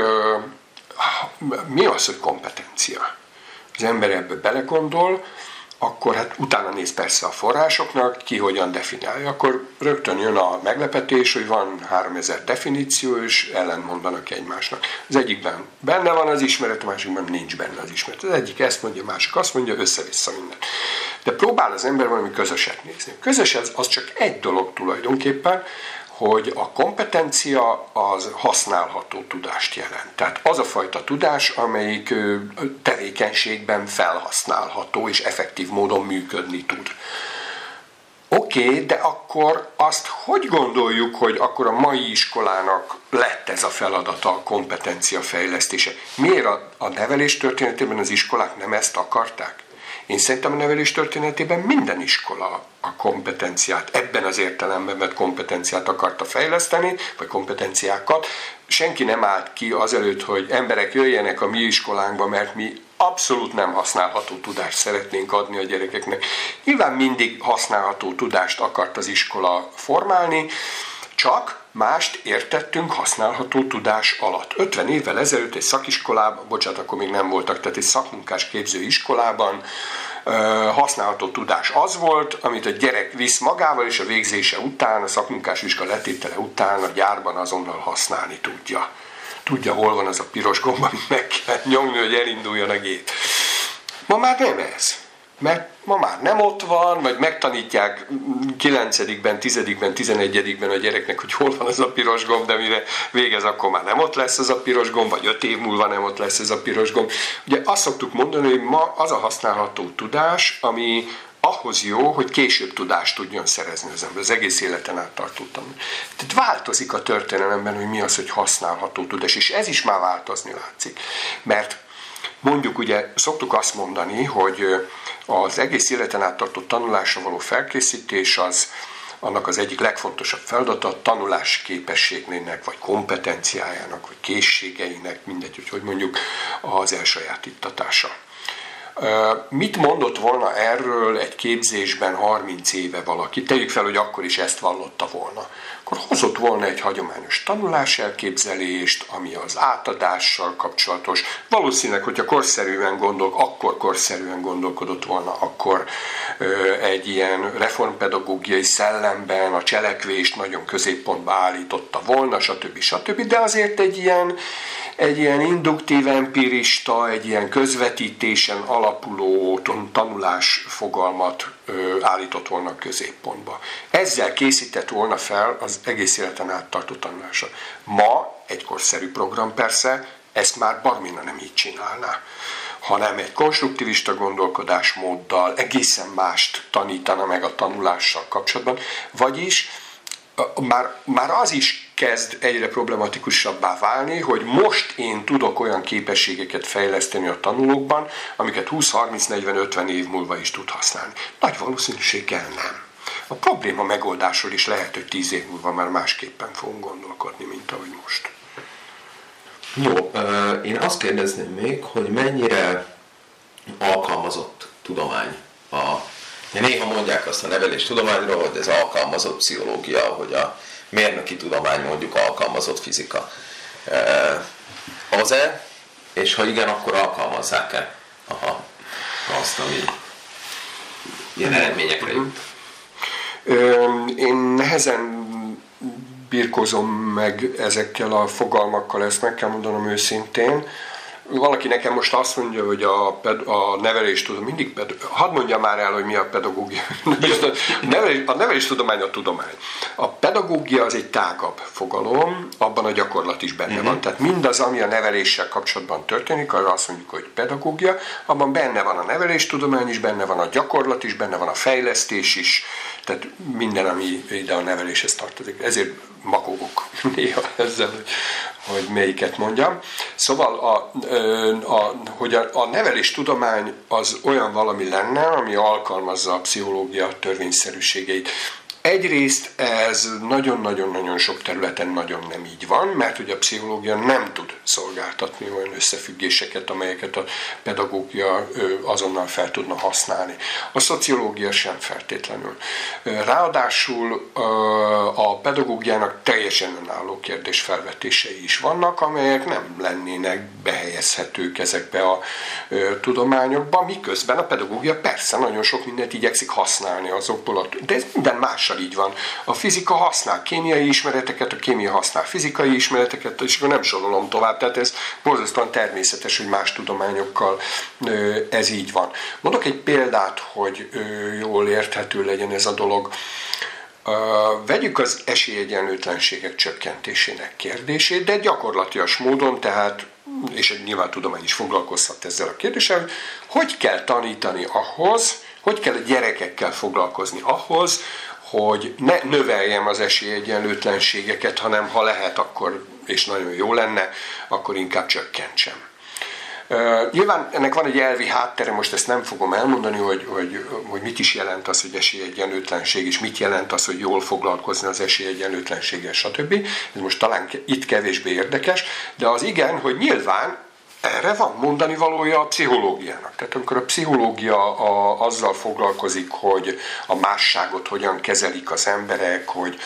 [SPEAKER 3] mi az, hogy kompetencia? Az ember ebbe belegondol, akkor hát utána néz persze a forrásoknak, ki hogyan definiálja, akkor rögtön jön a meglepetés, hogy van 3000 definíció, és ellentmondanak egymásnak. Az egyikben benne van az ismeret, a másikban nincs benne az ismeret. Az egyik ezt mondja, a másik azt mondja, össze-vissza minden. De próbál az ember valami közöset nézni. Közös az csak egy dolog tulajdonképpen, hogy a kompetencia az használható tudást jelent. Tehát az a fajta tudás, amelyik tevékenységben felhasználható és effektív módon működni tud. Oké, de akkor azt hogy gondoljuk, hogy akkor a mai iskolának lett ez a feladata, a kompetencia fejlesztése? Miért a nevelés történetében az iskolák nem ezt akarták? Én szerintem a nevelés történetében minden iskola a kompetenciát, ebben az értelemben, mert kompetenciát akarta fejleszteni, vagy kompetenciákat. Senki nem állt ki azelőtt, hogy emberek jöjjenek a mi iskolánkba, mert mi abszolút nem használható tudást szeretnénk adni a gyerekeknek. Nyilván mindig használható tudást akart az iskola formálni, csak mást értettünk használható tudás alatt. 50 évvel ezelőtt egy szakiskolában, bocsánat, akkor még nem voltak, tehát egy szakmunkás képző iskolában használható tudás az volt, amit a gyerek visz magával, és a végzése után, a szakmunkás vizsga letétele után a gyárban azonnal használni tudja. Tudja, hol van az a piros gomb, amit meg kell nyomni, hogy elinduljon a gép. Ma már nem ez. Mert ma már nem ott van, vagy megtanítják 9-ben, 10-ben, 11-ben a gyereknek, hogy hol van az a piros gomb, de mire végez, akkor már nem ott lesz az a piros gomb, vagy 5 év múlva nem ott lesz ez a piros gomb. Ugye azt szoktuk mondani, hogy ma az a használható tudás, ami ahhoz jó, hogy később tudást tudjon szerezni az ember, az egész életen át tartó tanul. Tehát változik a történelemben, hogy mi az, hogy használható tudás, és ez is már változni látszik. Mert mondjuk ugye szoktuk azt mondani, hogy az egész életen át tartó tanulásra való felkészítés az annak az egyik legfontosabb feladata a tanulás képességének, vagy kompetenciájának, vagy készségeinek, mindegy, hogy mondjuk az elsajátítatása. Mit mondott volna erről egy képzésben 30 éve valaki? Tegyük fel, hogy akkor is ezt vallotta volna. Akkor hozott volna egy hagyományos tanuláselképzelést, ami az átadással kapcsolatos. Valószínűleg, hogyha akkor korszerűen gondolkodott volna, akkor egy ilyen reformpedagógiai szellemben a cselekvést nagyon középpontba állította volna, stb. De azért egy ilyen induktív empirista, egy ilyen közvetítésen alapuló tanulás fogalmat állított volna a középpontba. Ezzel készített volna fel az egész életen át tartó tanulásra. Ma egy korszerű program persze ezt már barmina nem így csinálná, hanem egy konstruktivista gondolkodásmóddal egészen mást tanítana meg a tanulással kapcsolatban, vagyis már az is kezd egyre problematikusabbá válni, hogy most én tudok olyan képességeket fejleszteni a tanulókban, amiket 20-30-40-50 év múlva is tud használni. Nagy valószínűséggel nem. A probléma megoldásról is lehet, hogy 10 év múlva már másképpen fogunk gondolkodni, mint ahogy most.
[SPEAKER 2] Jó, én azt kérdezném még, hogy mennyire alkalmazott tudomány néha mondják azt a neveléstudományról, hogy ez alkalmazott pszichológia, hogy a mérnöki tudomány mondjuk alkalmazott fizika. Az-e? És ha igen, akkor alkalmazzák-e azt, ami ilyen eredményekre jut?
[SPEAKER 3] Én nehezen birkózom meg ezekkel a fogalmakkal, ezt meg kell mondanom őszintén. Valaki nekem most azt mondja, hogy a neveléstudomány, hadd mondjam már el, hogy mi a pedagógia. A neveléstudomány a tudomány. A pedagógia az egy tágabb fogalom, abban a gyakorlat is benne van. Tehát mindaz, ami a neveléssel kapcsolatban történik, arra azt mondjuk, hogy pedagógia, abban benne van a neveléstudomány is, benne van a gyakorlat is, benne van a fejlesztés is, tehát minden, ami ide a neveléshez tartozik. Ezért makogok néha ezzel, hogy melyiket mondjam. Szóval, hogy a neveléstudomány az olyan valami lenne, ami alkalmazza a pszichológia törvényszerűségeit. Egyrészt ez nagyon-nagyon-nagyon sok területen nagyon nem így van, mert ugye a pszichológia nem tud szolgáltatni olyan összefüggéseket, amelyeket a pedagógia azonnal fel tudna használni. A szociológia sem feltétlenül. Ráadásul a pedagógiának teljesen önálló kérdésfelvetései is vannak, amelyek nem lennének behelyezhetők ezekbe a tudományokba, miközben a pedagógia persze nagyon sok mindent igyekszik használni azokból, de ez minden mással így van. A fizika használ kémiai ismereteket, a kémia használ fizikai ismereteket, és akkor nem sorolom tovább, tehát ez borzasztóan természetes, hogy más tudományokkal ez így van. Mondok egy példát, hogy jól érthető legyen ez a dolog. Vegyük az esélyegyenlőtlenségek csökkentésének kérdését, de gyakorlatias módon, tehát, és nyilván tudomány is foglalkozhat ezzel a kérdéssel, hogy kell tanítani ahhoz, hogy kell a gyerekekkel foglalkozni ahhoz, hogy ne növeljem az esélyegyenlőtlenségeket, hanem ha lehet, akkor, és nagyon jó lenne, akkor inkább csökkentsem. Nyilván ennek van egy elvi háttere, most ezt nem fogom elmondani, hogy mit is jelent az, hogy esélyegyenlőtlenség, és mit jelent az, hogy jól foglalkozni az esélyegyenlőtlenséggel, stb. Ez most talán itt kevésbé érdekes, de az igen, hogy nyilván erre van mondani valója a pszichológiának. Tehát amikor a pszichológia azzal foglalkozik, hogy a másságot hogyan kezelik az emberek,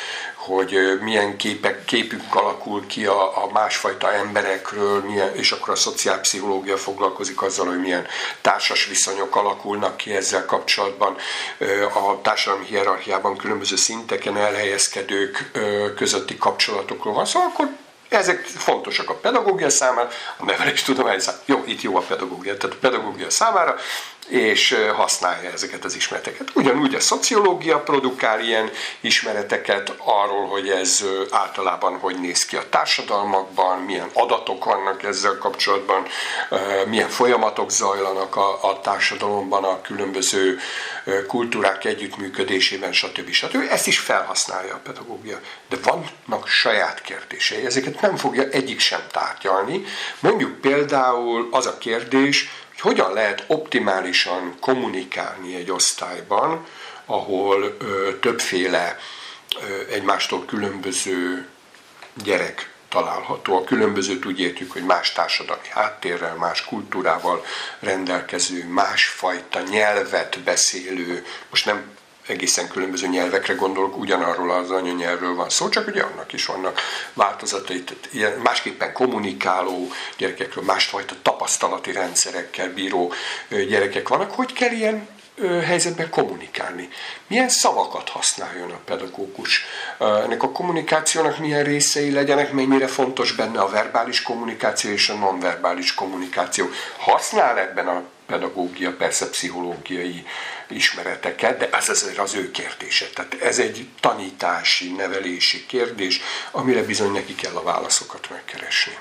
[SPEAKER 3] hogy milyen képük alakul ki a másfajta emberekről, és akkor a szociálpszichológia foglalkozik azzal, hogy milyen társas viszonyok alakulnak ki ezzel kapcsolatban, a társadalmi hierarchiában különböző szinteken elhelyezkedők közötti kapcsolatokról van. Szóval akkor ezek fontosak a pedagógia számára, a neveléstudomány számára. Jó, itt jó a pedagógia, tehát a pedagógia számára, és használja ezeket az ismereteket. Ugyanúgy a szociológia produkál ilyen ismereteket arról, hogy ez általában hogy néz ki a társadalmakban, milyen adatok vannak ezzel kapcsolatban, milyen folyamatok zajlanak a társadalomban, a különböző kultúrák együttműködésében, stb. Ezt is felhasználja a pedagógia. De vannak saját kérdései, ezeket nem fogja egyik sem tárgyalni. Mondjuk például az a kérdés, hogy hogyan lehet optimálisan kommunikálni egy osztályban, ahol többféle egymástól különböző gyerek található. A különbözőt úgy értjük, hogy más társadalmi háttérrel, más kultúrával rendelkező, másfajta nyelvet beszélő, most nem egészen különböző nyelvekre gondolok, ugyanarról az anyanyelvről van szó, csak ugye annak is vannak változatai, másképpen kommunikáló gyerekekről, másfajta tapasztalati rendszerekkel bíró gyerekek vannak. Hogy kell ilyen helyzetben kommunikálni? Milyen szavakat használjon a pedagógus? Ennek a kommunikációnak milyen részei legyenek, mennyire fontos benne a verbális kommunikáció és a nonverbális kommunikáció? Használ ebben a pedagógia persze pszichológiai ismereteket, de ez azért az ő kérdése. Tehát ez egy tanítási, nevelési kérdés, amire bizony neki kell a válaszokat megkeresni.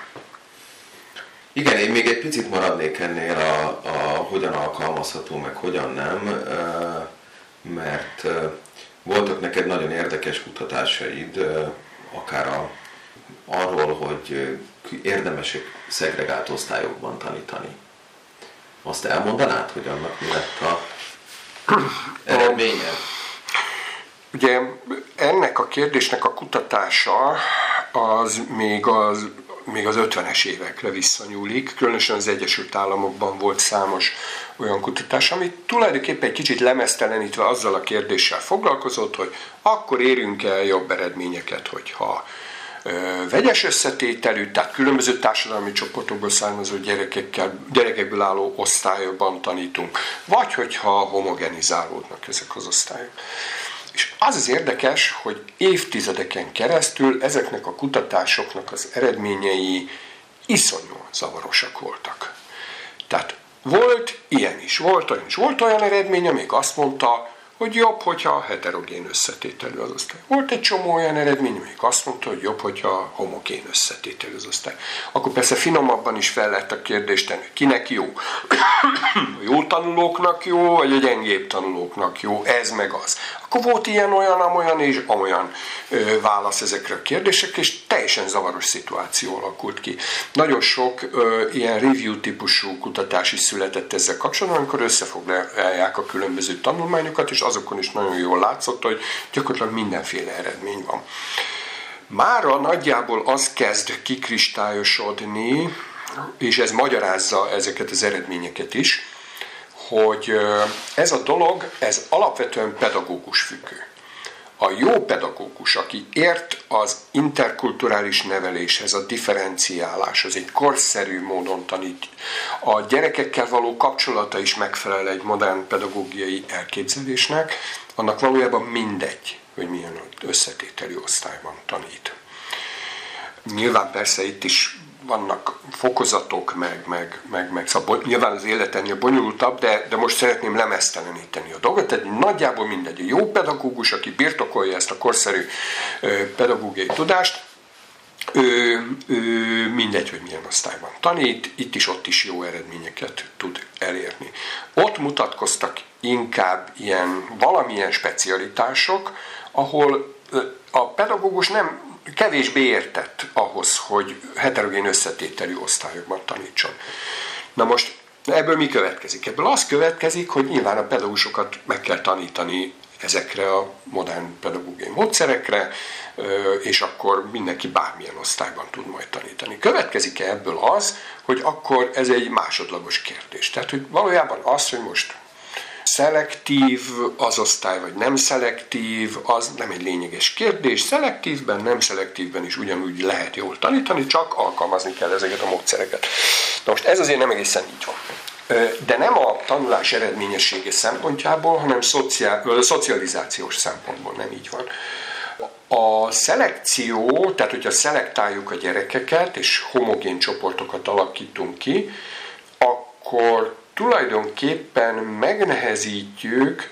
[SPEAKER 2] Igen, én még egy picit maradnék ennél a hogyan alkalmazható, meg hogyan nem, mert voltak neked nagyon érdekes kutatásaid, akár arról, hogy érdemes szegregált osztályokban tanítani. Azt elmondanád, hogy annak mi lett a eredménye?
[SPEAKER 3] Ugye ennek a kérdésnek a kutatása az még az 50-es évekre visszanyúlik, különösen az Egyesült Államokban volt számos olyan kutatás, ami tulajdonképpen egy kicsit lemeztelenítve azzal a kérdéssel foglalkozott, hogy akkor érünk el jobb eredményeket, hogyha vegyes összetételű, tehát különböző társadalmi csoportokból származó gyerekekből álló osztályokban tanítunk, vagy hogyha homogenizálódnak ezek az osztályok. És az érdekes, hogy évtizedeken keresztül ezeknek a kutatásoknak az eredményei iszonyúan zavarosak voltak. Tehát volt ilyen is, volt olyan is. Volt olyan eredmény, amíg azt mondta, hogy jobb, hogyha heterogén összetételű az osztály. Volt egy csomó olyan eredmény, amíg azt mondta, hogy jobb, hogyha homogén összetételű az osztály. Akkor persze finomabban is fel lehet a kérdést tenni, kinek jó? A jó tanulóknak jó, vagy a gyengébb tanulóknak jó? Ez meg az. A Akkor volt ilyen, olyan, amolyan és amolyan válasz ezekre a kérdésekre, és teljesen zavaros szituáció alakult ki. Nagyon sok ilyen review típusú kutatás is született ezzel kapcsolatban, amikor összefoglalják a különböző tanulmányokat, és azokon is nagyon jól látszott, hogy gyakorlatilag mindenféle eredmény van. Mára nagyjából az kezd kikristályosodni, és ez magyarázza ezeket az eredményeket is, hogy ez a dolog, ez alapvetően pedagógus függő. A jó pedagógus, aki ért az interkulturális neveléshez, a differenciáláshoz, egy korszerű módon tanít, a gyerekekkel való kapcsolata is megfelel egy modern pedagógiai elképzelésnek, annak valójában mindegy, hogy milyen összetételű osztályban tanít. Nyilván persze itt is vannak fokozatok, meg szóval nyilván az élet ennél bonyolultabb, de most szeretném lemezteleníteni a dolgot. Tehát nagyjából mindegy. A jó pedagógus, aki birtokolja ezt a korszerű pedagógiai tudást, mindegy, hogy milyen osztályban tanít, itt is, ott is jó eredményeket tud elérni. Ott mutatkoztak inkább valamilyen specialitások, ahol a pedagógus kevésbé értett ahhoz, hogy heterogén összetételű osztályokban tanítson. Na most ebből mi következik? Ebből az következik, hogy nyilván a pedagógusokat meg kell tanítani ezekre a modern pedagógiai módszerekre, és akkor mindenki bármilyen osztályban tud majd tanítani. Következik-e ebből az, hogy akkor ez egy másodlagos kérdés? Tehát, hogy valójában az, hogy most szelektív az osztály, vagy nem szelektív, az nem egy lényeges kérdés. Szelektívben, nem szelektívben is ugyanúgy lehet jól tanítani, csak alkalmazni kell ezeket a módszereket. Na most ez azért nem egészen így van. De nem a tanulás eredményessége szempontjából, hanem szocializációs szempontból nem így van. A szelekció, tehát hogyha szelektáljuk a gyerekeket, és homogén csoportokat alakítunk ki, akkor tulajdonképpen megnehezítjük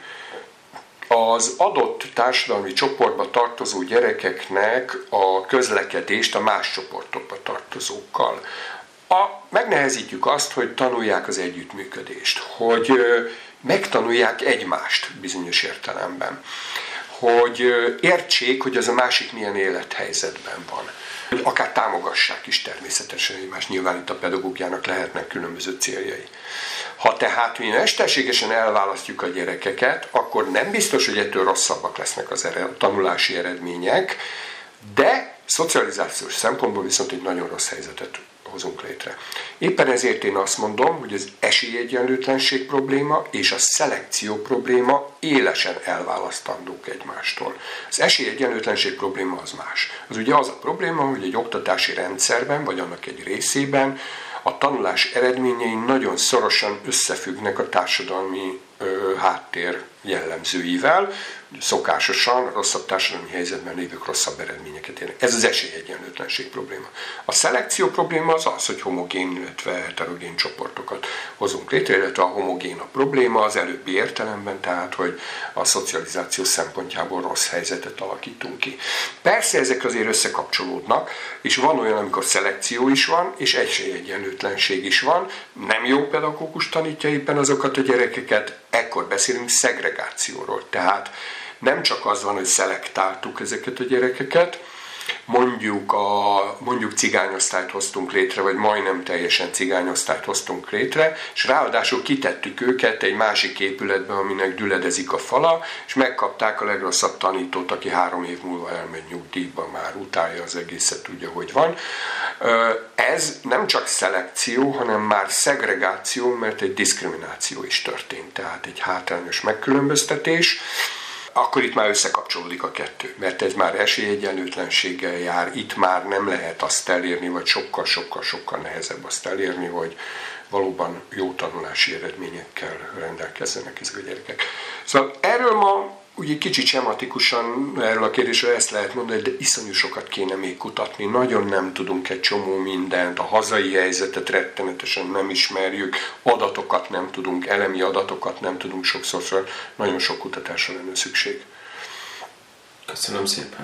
[SPEAKER 3] az adott társadalmi csoportba tartozó gyerekeknek a közlekedést a más csoportokba tartozókkal. Megnehezítjük azt, hogy tanulják az együttműködést, hogy megtanulják egymást bizonyos értelemben, hogy értsék, hogy az a másik milyen élethelyzetben van. Hogy akár támogassák is természetesen egymást, nyilván itt a pedagógiának lehetnek különböző céljai. Ha tehát mi mesterségesen elválasztjuk a gyerekeket, akkor nem biztos, hogy ettől rosszabbak lesznek az tanulási eredmények, de szocializációs szempontból viszont egy nagyon rossz helyzetet hozunk létre. Éppen ezért én azt mondom, hogy az esélyegyenlőtlenség probléma és a szelekció probléma élesen elválasztandók egymástól. Az esélyegyenlőtlenség probléma az más. Az ugye az a probléma, hogy egy oktatási rendszerben, vagy annak egy részében a tanulás eredményei nagyon szorosan összefüggnek a társadalmi háttér jellemzőivel, szokásosan rosszabb társadalmi helyzetben lévők rosszabb eredményeket érnek. Ez az esélyegyenlőtlenség probléma. A szelekció probléma az az, hogy homogén, illetve heterogén csoportokat hozunk létre, illetve a homogén a probléma az előbbi értelemben, tehát, hogy a szocializáció szempontjából rossz helyzetet alakítunk ki. Persze ezek azért összekapcsolódnak, és van olyan, amikor szelekció is van, és esélyegyenlőtlenség is van. Nem jó pedagógus tanítja éppen azokat a gyerekeket, ekkor beszélünk szegregációról. Tehát nem csak az van, hogy szelektáltuk ezeket a gyerekeket, mondjuk cigányosztályt hoztunk létre, vagy majdnem teljesen cigányosztályt hoztunk létre, és ráadásul kitettük őket egy másik épületbe, aminek düledezik a fala, és megkapták a legrosszabb tanítót, aki 3 év múlva elmegy nyugdíjba, már utálja az egészet, tudja, hogy van. Ez nem csak szelekció, hanem már szegregáció, mert egy diszkrimináció is történt, tehát egy hátrányos megkülönböztetés. Akkor itt már összekapcsolódik a kettő, mert ez már esélyegyenlőtlenséggel jár, itt már nem lehet azt elérni, vagy sokkal nehezebb azt elérni, hogy valóban jó tanulási eredményekkel rendelkezzenek ezek a gyerekek. Szóval erről ma ugye kicsit sematikusan erről a kérdésről ezt lehet mondani, de iszonyú sokat kéne még kutatni. Nagyon nem tudunk egy csomó mindent, a hazai helyzetet rettenetesen nem ismerjük, adatokat nem tudunk, elemi adatokat nem tudunk sokszor, szóval nagyon sok kutatásra lenne szükség.
[SPEAKER 2] Köszönöm szépen.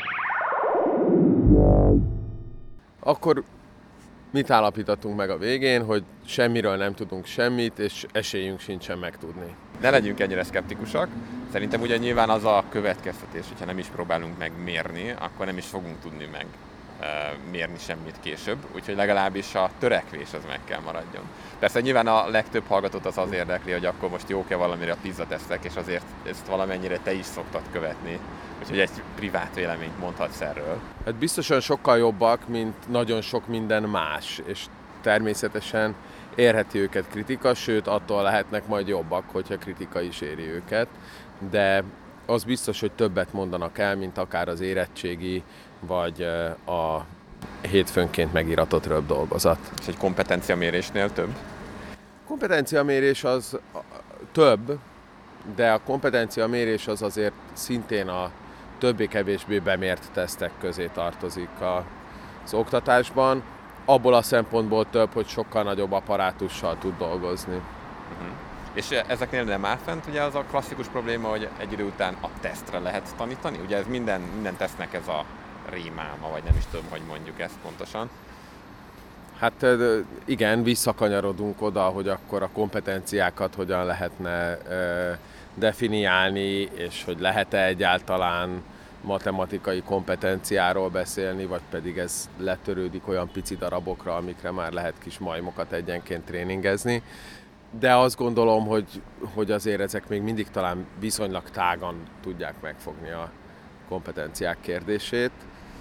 [SPEAKER 1] Akkor mit állapítottunk meg a végén, hogy semmiről nem tudunk semmit, és esélyünk sincsen megtudni? Ne legyünk ennyire szkeptikusak. Szerintem ugye nyilván az a következtetés, hogyha nem is próbálunk meg mérni, akkor nem is fogunk tudni meg mérni semmit később, úgyhogy legalábbis a törekvés az meg kell maradjon. Persze nyilván a legtöbb hallgatót az érdekli, hogy akkor most jók-e valamire a pizzatesztek, és azért ezt valamennyire te is szoktad követni, úgyhogy egy privát véleményt mondhatsz erről.
[SPEAKER 4] Hát biztosan sokkal jobbak, mint nagyon sok minden más, és természetesen érheti őket kritika, sőt attól lehetnek majd jobbak, hogyha kritika is éri őket, de az biztos, hogy többet mondanak el, mint akár az érettségi, vagy a hétfőnként megíratott röpdolgozat.
[SPEAKER 1] És egy kompetenciamérésnél több?
[SPEAKER 4] Kompetenciamérés az több, de a kompetenciamérés az azért szintén a többé-kevésbé bemért tesztek közé tartozik az oktatásban. Abból a szempontból több, hogy sokkal nagyobb apparátussal tud dolgozni.
[SPEAKER 1] Uh-huh. És ezeknél nem áll fent ugye az a klasszikus probléma, hogy egy idő után a tesztre lehet tanítani? Ugye ez minden tesztnek ez a rémálma, vagy nem is tudom, hogy mondjuk ezt pontosan.
[SPEAKER 4] Hát igen, visszakanyarodunk oda, hogy akkor a kompetenciákat hogyan lehetne definiálni, és hogy lehet-e egyáltalán matematikai kompetenciáról beszélni, vagy pedig ez letörődik olyan pici darabokra, amikre már lehet kis majmokat egyenként tréningezni. De azt gondolom, hogy azért ezek még mindig talán viszonylag tágan tudják megfogni a kompetenciák kérdését.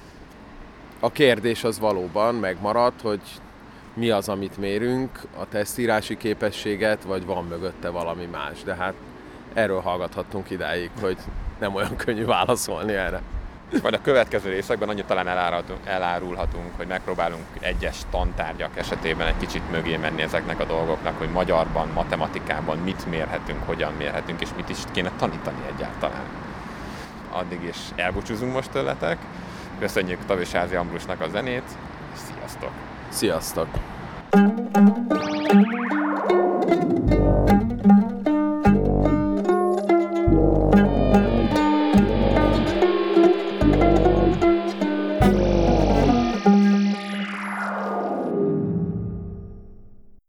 [SPEAKER 4] A kérdés az valóban megmaradt, hogy mi az, amit mérünk, a tesztírási képességet, vagy van mögötte valami más. De hát erről hallgathattunk idáig, hogy nem olyan könnyű válaszolni erre.
[SPEAKER 1] És majd a következő részekben annyit talán elárulhatunk, hogy megpróbálunk egyes tantárgyak esetében egy kicsit mögé menni ezeknek a dolgoknak, hogy magyarban, matematikában mit mérhetünk, hogyan mérhetünk, és mit is kéne tanítani egyáltalán. Addig is elbúcsúzunk most tőletek. Köszönjük Tavisázi Ambrusnak a zenét, és sziasztok!
[SPEAKER 4] Sziasztok!